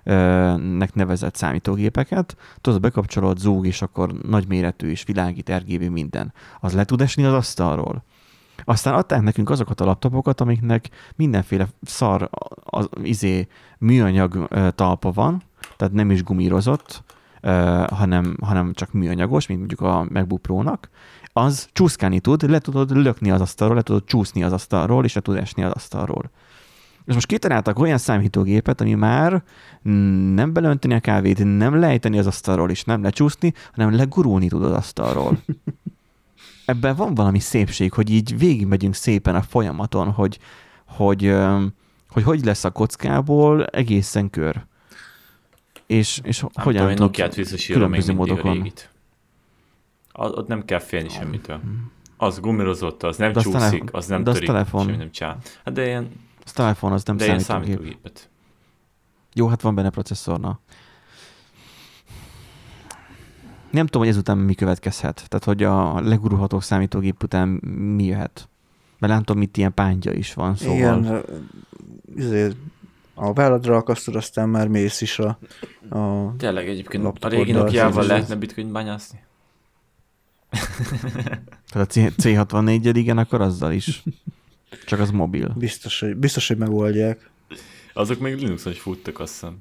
nek nevezett számítógépeket, tudod, bekapcsolod, zúg, és akkor nagyméretű és világít, RGB minden. Az le tud esni az asztalról. Aztán adták nekünk azokat a laptopokat, amiknek mindenféle szar műanyag talpa van, tehát nem is gumírozott, hanem csak műanyagos, mint mondjuk a MacBook Pro-nak, az csúszkálni tud, le tudod lökni az asztalról, le tudod csúszni az asztalról, és le tud esni az asztalról. És most kitaláltak olyan számítógépet, ami már nem belönteni a kávét, nem lejteni az asztalról, és nem lecsúszni, hanem legurulni tud az asztalról. Ebben van valami szépség, hogy így végigmegyünk szépen a folyamaton, hogy lesz a kockából egészen kör. És hogyan tud különböző módokon. Ott nem kell félni semmitől. Az gumírozott, az nem csúszik, az nem törik, semmi nem csinál. Hát de ilyen... Az telefon, az nem számítógépet. Jó, hát van benne processzorna. Nem tudom, hogy ezután mi következhet. Tehát, hogy a legurulható számítógép után mi jöhet. Mert látom, itt ilyen pántja is van, szóval... Igen, a válladra akasztod, aztán már mész is a tényleg egyébként a régi Nokiával lehetne bitcoin bányászni. Tehát a C64-ed, igen, akkor azzal is. Csak az mobil. Biztos, hogy megoldják. Azok még Linuxon is futtak, azt hiszem.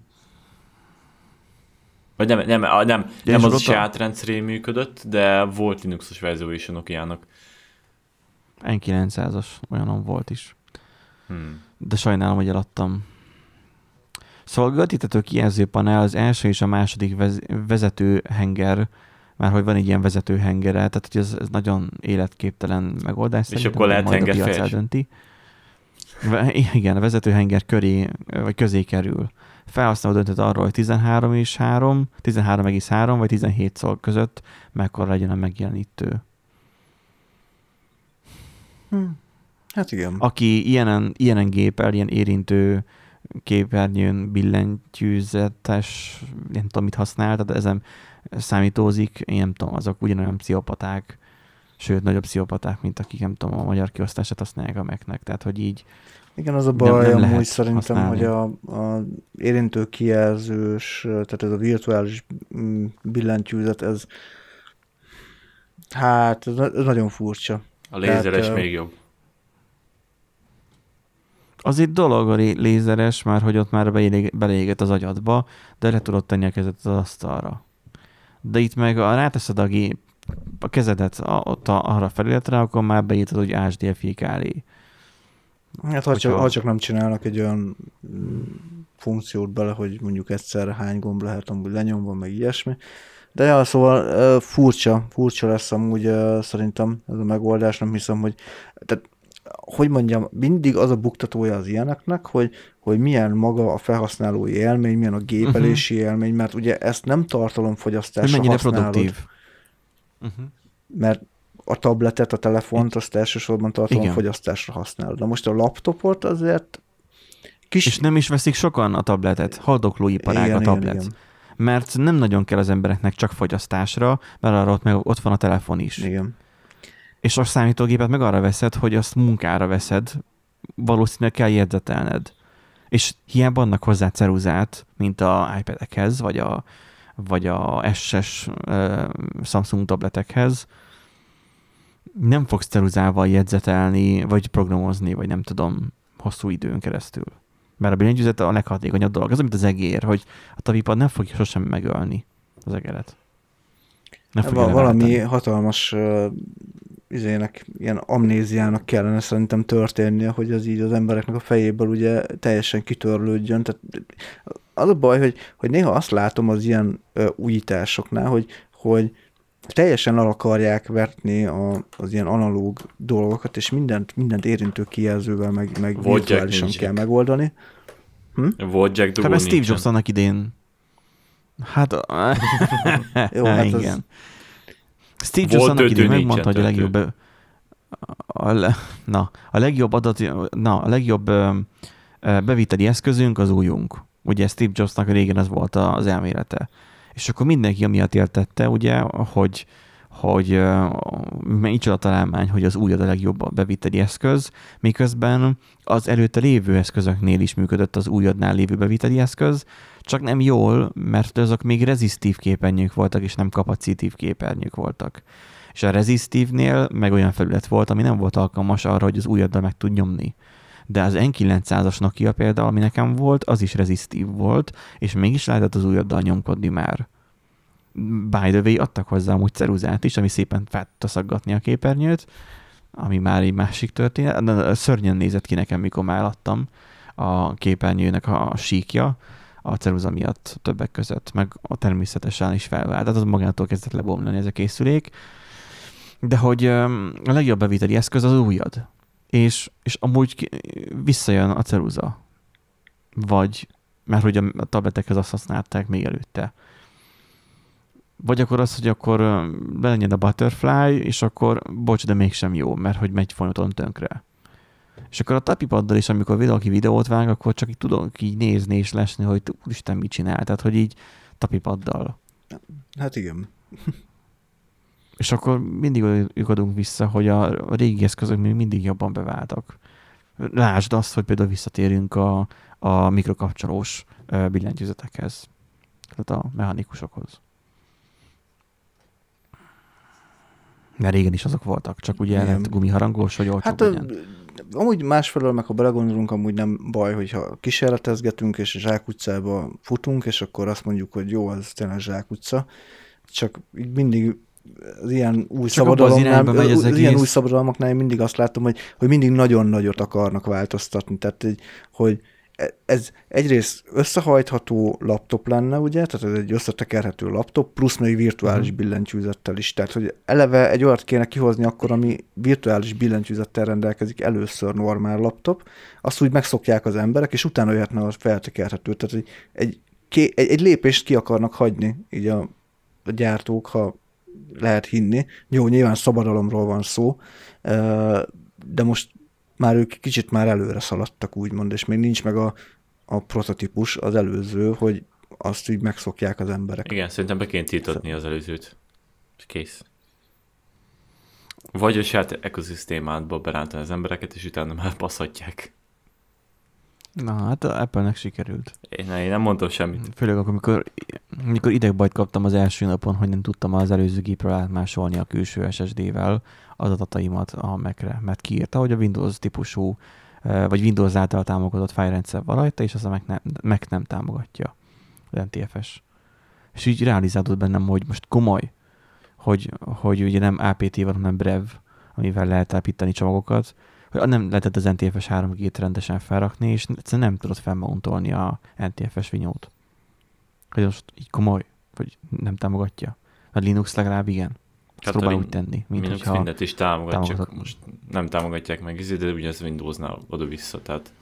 Vagy nem az a saját rendszerén működött, de volt Linuxos verzió is a Nokiának. N900-as olyanom volt is. De sajnálom, hogy eladtam. Szóval a götítető kijelzőpanel az első és a második vezetőhenger, már hogy van egy ilyen vezetőhengere, tehát hogy ez nagyon életképtelen megoldás. És akkor lehet hengerfels. Igen, a vezetőhenger közé kerül. Felhasználó döntött arról, hogy 13,3 vagy 17 szor között mekkora legyen a megjelenítő. Hát igen. Aki ilyenen gépel, ilyen érintő képernyőn billentyűzetes, nem tudom, mit használ, tehát ezen számítózik, én nem tudom, azok ugyanolyan pszichopaták, sőt, nagyobb pszichopaták, mint akik, nem tudom, a magyar kiosztását használják a Mac-nek, tehát, hogy így igen, az a baj amúgy szerintem, használni. Hogy a érintő kijelzős, tehát ez a virtuális billentyűzet, ez nagyon furcsa. A lézeres még jobb. Az itt dolog a lézeres, már hogy ott már beleégett az agyadba, de le tudod tenni a kezed az asztalra. De itt meg ráteszed a kezedet ott arra a felületre, akkor már beírtad, hogy HDFI elé. Hát ha csak nem csinálnak egy olyan funkciót bele, hogy mondjuk egyszerre hány gomb lehet amúgy lenyomva, meg ilyesmi. De ja, szóval furcsa lesz amúgy szerintem ez a megoldás, nem hiszem, hogy tehát, hogy mondjam, mindig az a buktatója az ilyeneknek, hogy milyen maga a felhasználói élmény, milyen a gépelési élmény, mert ugye ezt nem tartalomfogyasztásra mennyire használod. Produktív. Mert a tabletet, a telefont, azt elsősorban tartalomfogyasztásra használod. De most a laptopot azért És nem is veszik sokan a tabletet, haldoklóiparág a tablet. Igen. Mert nem nagyon kell az embereknek csak fogyasztásra, mert arra ott van a telefon is. Igen. És a számítógépet meg arra veszed, hogy azt munkára veszed, valószínűleg kell jegyzetelned. És hiába adnak hozzá ceruzát, mint a iPad-ekhez, vagy a SS Samsung tabletekhez, nem fogsz ceruzával jegyzetelni, vagy programozni, vagy nem tudom, hosszú időn keresztül. Mert a billentyűzet a leghatékonyabb dolog. Az, mint az egér, hogy a tavipad nem fogja sosem megölni az egeret. Valami hatalmas ilyen amnéziának kellene szerintem történnie, hogy az így az embereknek a fejéből ugye teljesen kitörlődjön. Tehát az a baj, hogy néha azt látom az ilyen újításoknál, hogy teljesen el akarják vetni az ilyen analóg dolgokat, és mindent érintő kijelzővel, meg virtuálisan kell megoldani. Volt jack dugó nincsen. Steve Jobs annak idén. Hát, jó, hát igen. Az... Steve Jobs annak idén megmondta, hogy a legjobb a legjobb beviteli eszközünk az ujjunk. Ugye Steve Jobsnak régen ez volt az elmélete. És akkor mindenki amiatt éltette, ugye, hogy hogy micsoda találmány, hogy az újad a legjobb a beviteli eszköz, miközben az előtte lévő eszközöknél is működött az újadnál lévő beviteli eszköz, csak nem jól, mert azok még rezisztív képernyők voltak, és nem kapacitív képernyők voltak. És a rezisztívnél meg olyan felület volt, ami nem volt alkalmas arra, hogy az újaddal meg tud nyomni. De az N900-as Nokia például, ami nekem volt, az is rezisztív volt, és mégis lehetett az újaddal nyomkodni már. By the way, adtak hozzá amúgy ceruzát is, ami szépen fel tudta szaggatni a képernyőt, ami már egy másik történet. De szörnyen nézett ki nekem, mikor már adtam a képernyőnek a síkja, a ceruza miatt többek között, meg a természetesen is felvált. Tehát az magától kezdett lebomlani ez a készülék. De hogy a legjobb beviteli eszköz az újad. És amúgy visszajön a ceruza. Vagy, mert hogy a tabletekhez azt használták még előtte. Vagy akkor az, hogy akkor belenjen a Butterfly, és akkor bocs, de mégsem jó, mert hogy megy folyamaton tönkre. És akkor a tapipaddal is, amikor valaki videót vág, akkor csak így tudok így nézni és lesni, hogy úristen mit csinál. Tehát, hogy így tapipaddal. Hát igen. És akkor mindig adunk vissza, hogy a régi eszközök még mindig jobban beváltak. Lásd azt, hogy például visszatérünk a mikrokapcsolós billentyűzetekhez. Tehát a mechanikusokhoz. Mert régen is azok voltak, csak ugye lett gumiharangos, hogy olcsóbb legyen. Amúgy másfelől, meg ha belegondolunk, amúgy nem baj, hogyha kísérletezgetünk, és zsákutcába futunk, és akkor azt mondjuk, hogy jó, az tényleg zsákutca. Csak így az ilyen új szabadalmaknál én mindig azt látom, hogy mindig nagyon nagyot akarnak változtatni. Tehát, hogy ez egyrészt összehajtható laptop lenne, ugye, tehát ez egy összetekerhető laptop, plusz még virtuális billentyűzettel is. Tehát, hogy eleve egy olyat kéne kihozni akkor, ami virtuális billentyűzettel rendelkezik először normál laptop, azt úgy megszokják az emberek, és utána jöhetne a feltekerhető. Tehát egy lépést ki akarnak hagyni így a gyártók, ha lehet hinni. Jó, nyilván szabadalomról van szó, de most már ők kicsit már előre szaladtak, úgymond, és még nincs meg a prototípus, az előző, hogy azt így megszokják az emberek. Igen, szerintem be kéne tiltatni az előzőt. Kész. Vagy a saját ekoszisztémádba berántani az embereket, és utána már passzhatják. Na, hát a Apple-nek sikerült. Én nem mondtam semmit. Főleg akkor, amikor idegbajt kaptam az első napon, hogy nem tudtam az előző gépről átmásolni a külső SSD-vel az adataimat a Mac-re, mert kiírta, hogy a Windows típusú, vagy Windows által támogatott fájlrendszer van rajta, és az a Mac nem támogatja az NTFS. És így realizálódott bennem, hogy most komoly, hogy ugye nem APT van, hanem Brev, amivel lehet telepíteni csomagokat, hogy nem lehetett az NTFS 3G-t rendesen felrakni, és egyszerűen nem tudod felmountolni a NTFS vinyót. Hogy most így komoly, hogy nem támogatja. A Linux legalább igen. Ezt próbál úgy tenni, mint Linux hogyha mindent is támogat, csak most nem támogatják meg, de ugye ez Windowsnál oda-vissza, tehát...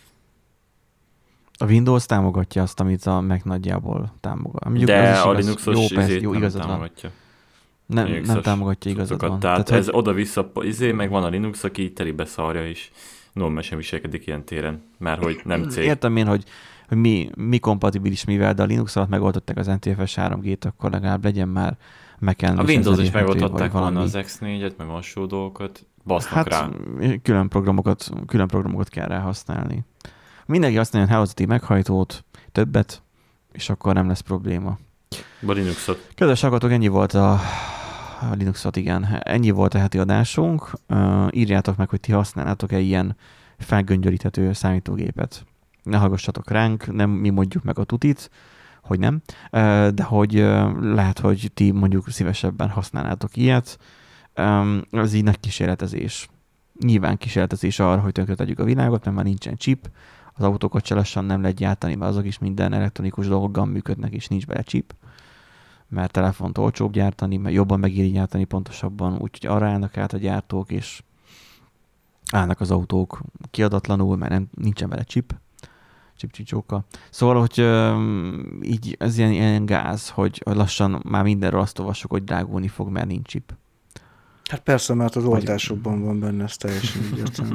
A Windows támogatja azt, amit a Mac nagyjából támogat. Mondjuk de az is a igaz. Linuxos jó, nem támogatja. Nem támogatja, igazad van. Tehát ez oda-vissza, meg van a Linux, aki telibe szarja, és normálisan sem viselkedik ilyen téren, mert hogy nem cég. Értem én, hogy mi kompatibilis mivel, de a Linux alatt megoldották az NTFS 3G-t, akkor legalább legyen már Mac-en. A Windows is megoldották volna az X4-et, meg hasonló dolgokat, basznak rá. Külön programokat kell rá használni. Mindenki használja a hálózati meghajtót, többet, és akkor nem lesz probléma. A Linuxot. Kedves hallgatók, ennyi volt a Linuxot, igen. Ennyi volt a heti adásunk. Írjátok meg, hogy ti használnátok-e ilyen felgöngyölíthető számítógépet. Ne hallgassatok ránk, nem mi mondjuk meg a tutit, hogy nem, de hogy lehet, hogy ti mondjuk szívesebben használnátok ilyet. Az így nagy kísérletezés. Nyilván kísérletezés arra, hogy tönkre tegyük a világot, mert már nincsen chip. Az autókat se lassan nem lehet gyártani, mert azok is minden elektronikus dolgokban működnek, és nincs bele chip. Mert telefont olcsóbb gyártani, mert jobban megéri gyártani pontosabban, úgyhogy arra állnak át a gyártók, és állnak az autók kiadatlanul, mert nincsen bele chip. Chip-csicsóka. Szóval, hogy így ez ilyen gáz, hogy lassan már mindenről azt olvassuk, hogy drágulni fog, mert nincs chip. Hát persze, mert az oltásokban van benne, ez teljesen így értelme.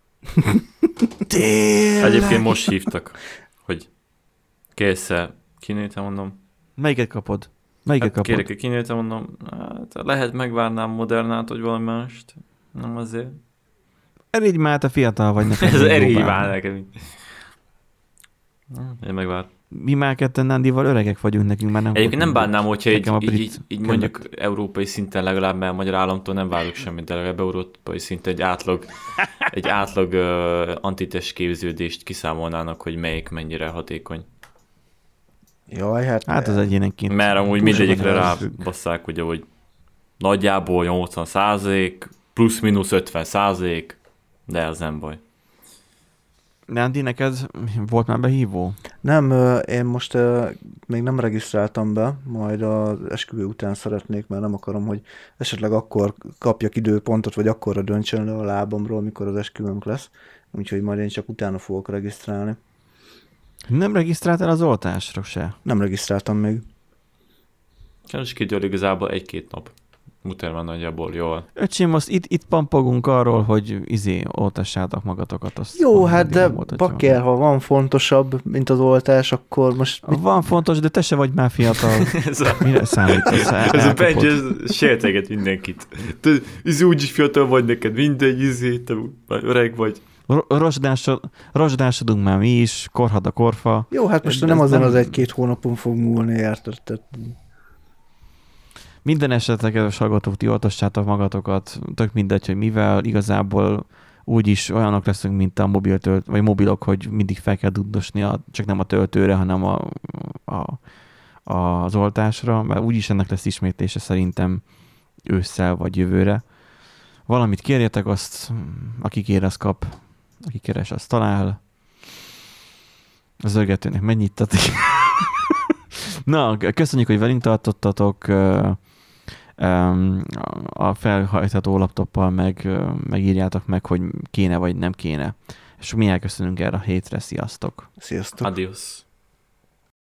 Egyébként most hívtak, hogy kész-e, kinéte mondom. Melyiket kapod? Melyiket hát kapod? kérek, kinéztem, mondom, hát lehet megvárnám Modernát, vagy valami mást. Nem azért. Erigy már, te fiatal vagy neked. Ez erigy már nekem. Én megvár. Mi már ketten Nándival öregek vagyunk, nekünk már nem. Egyébként nem bánnám, hogyha így mondjuk európai szinten legalább, mert a magyar államtól nem várok semmit, de legalább európai szinten egy átlag antitest képződést kiszámolnának, hogy melyik mennyire hatékony. Jaj, hát az egyénenként. Mert amúgy mindegyikre rábasszák, ugye, hogy nagyjából 80%, plusz-minusz 50%, de ez nem baj. Nándi, neked volt már behívó? Nem, én most még nem regisztráltam be, majd az esküvő után szeretnék, mert nem akarom, hogy esetleg akkor kapjak időpontot, vagy akkorra döntsön le a lábamról, mikor az esküvőnk lesz. Úgyhogy majd én csak utána fogok regisztrálni. Nem regisztráltál az oltásra se? Nem regisztráltam még. Sajnos kidől igazából 1-2 nap. Muter van nagyjából jól. Öcsém, most itt pampogunk arról, hogy oltassátok magatokat. Jó, hát de bakker, ha van fontosabb, mint az oltás, akkor most... Van fontos, de te se vagy már fiatal. Mire számítasz? Ez a Benji, ez sérteget mindenkit. Te úgyis fiatal vagy neked, mindegy, te öreg vagy. Rozsdásodunk már mi is, korhad a korfa. Jó, hát most nem azon az 1-2 hónapon fog múlni, érted? Minden esetre, kedves hallgatók, ti oltassátok magatokat, tök mindegy, hogy mivel, igazából úgyis olyanok leszünk, mint a mobilok, hogy mindig fel kell dudosni, csak nem a töltőre, hanem az oltásra, mert úgyis ennek lesz ismétlése szerintem ősszel vagy jövőre. Valamit kérjetek, azt, aki kér, az kap, aki keres, azt talál. Az örgetőnek mennyitatik. Na, köszönjük, hogy velünk tartottatok. A felhajtható laptoppal megírjátok meg, hogy kéne vagy nem kéne. És mi elköszönünk erre a hétre. Sziasztok! Sziasztok! Adios!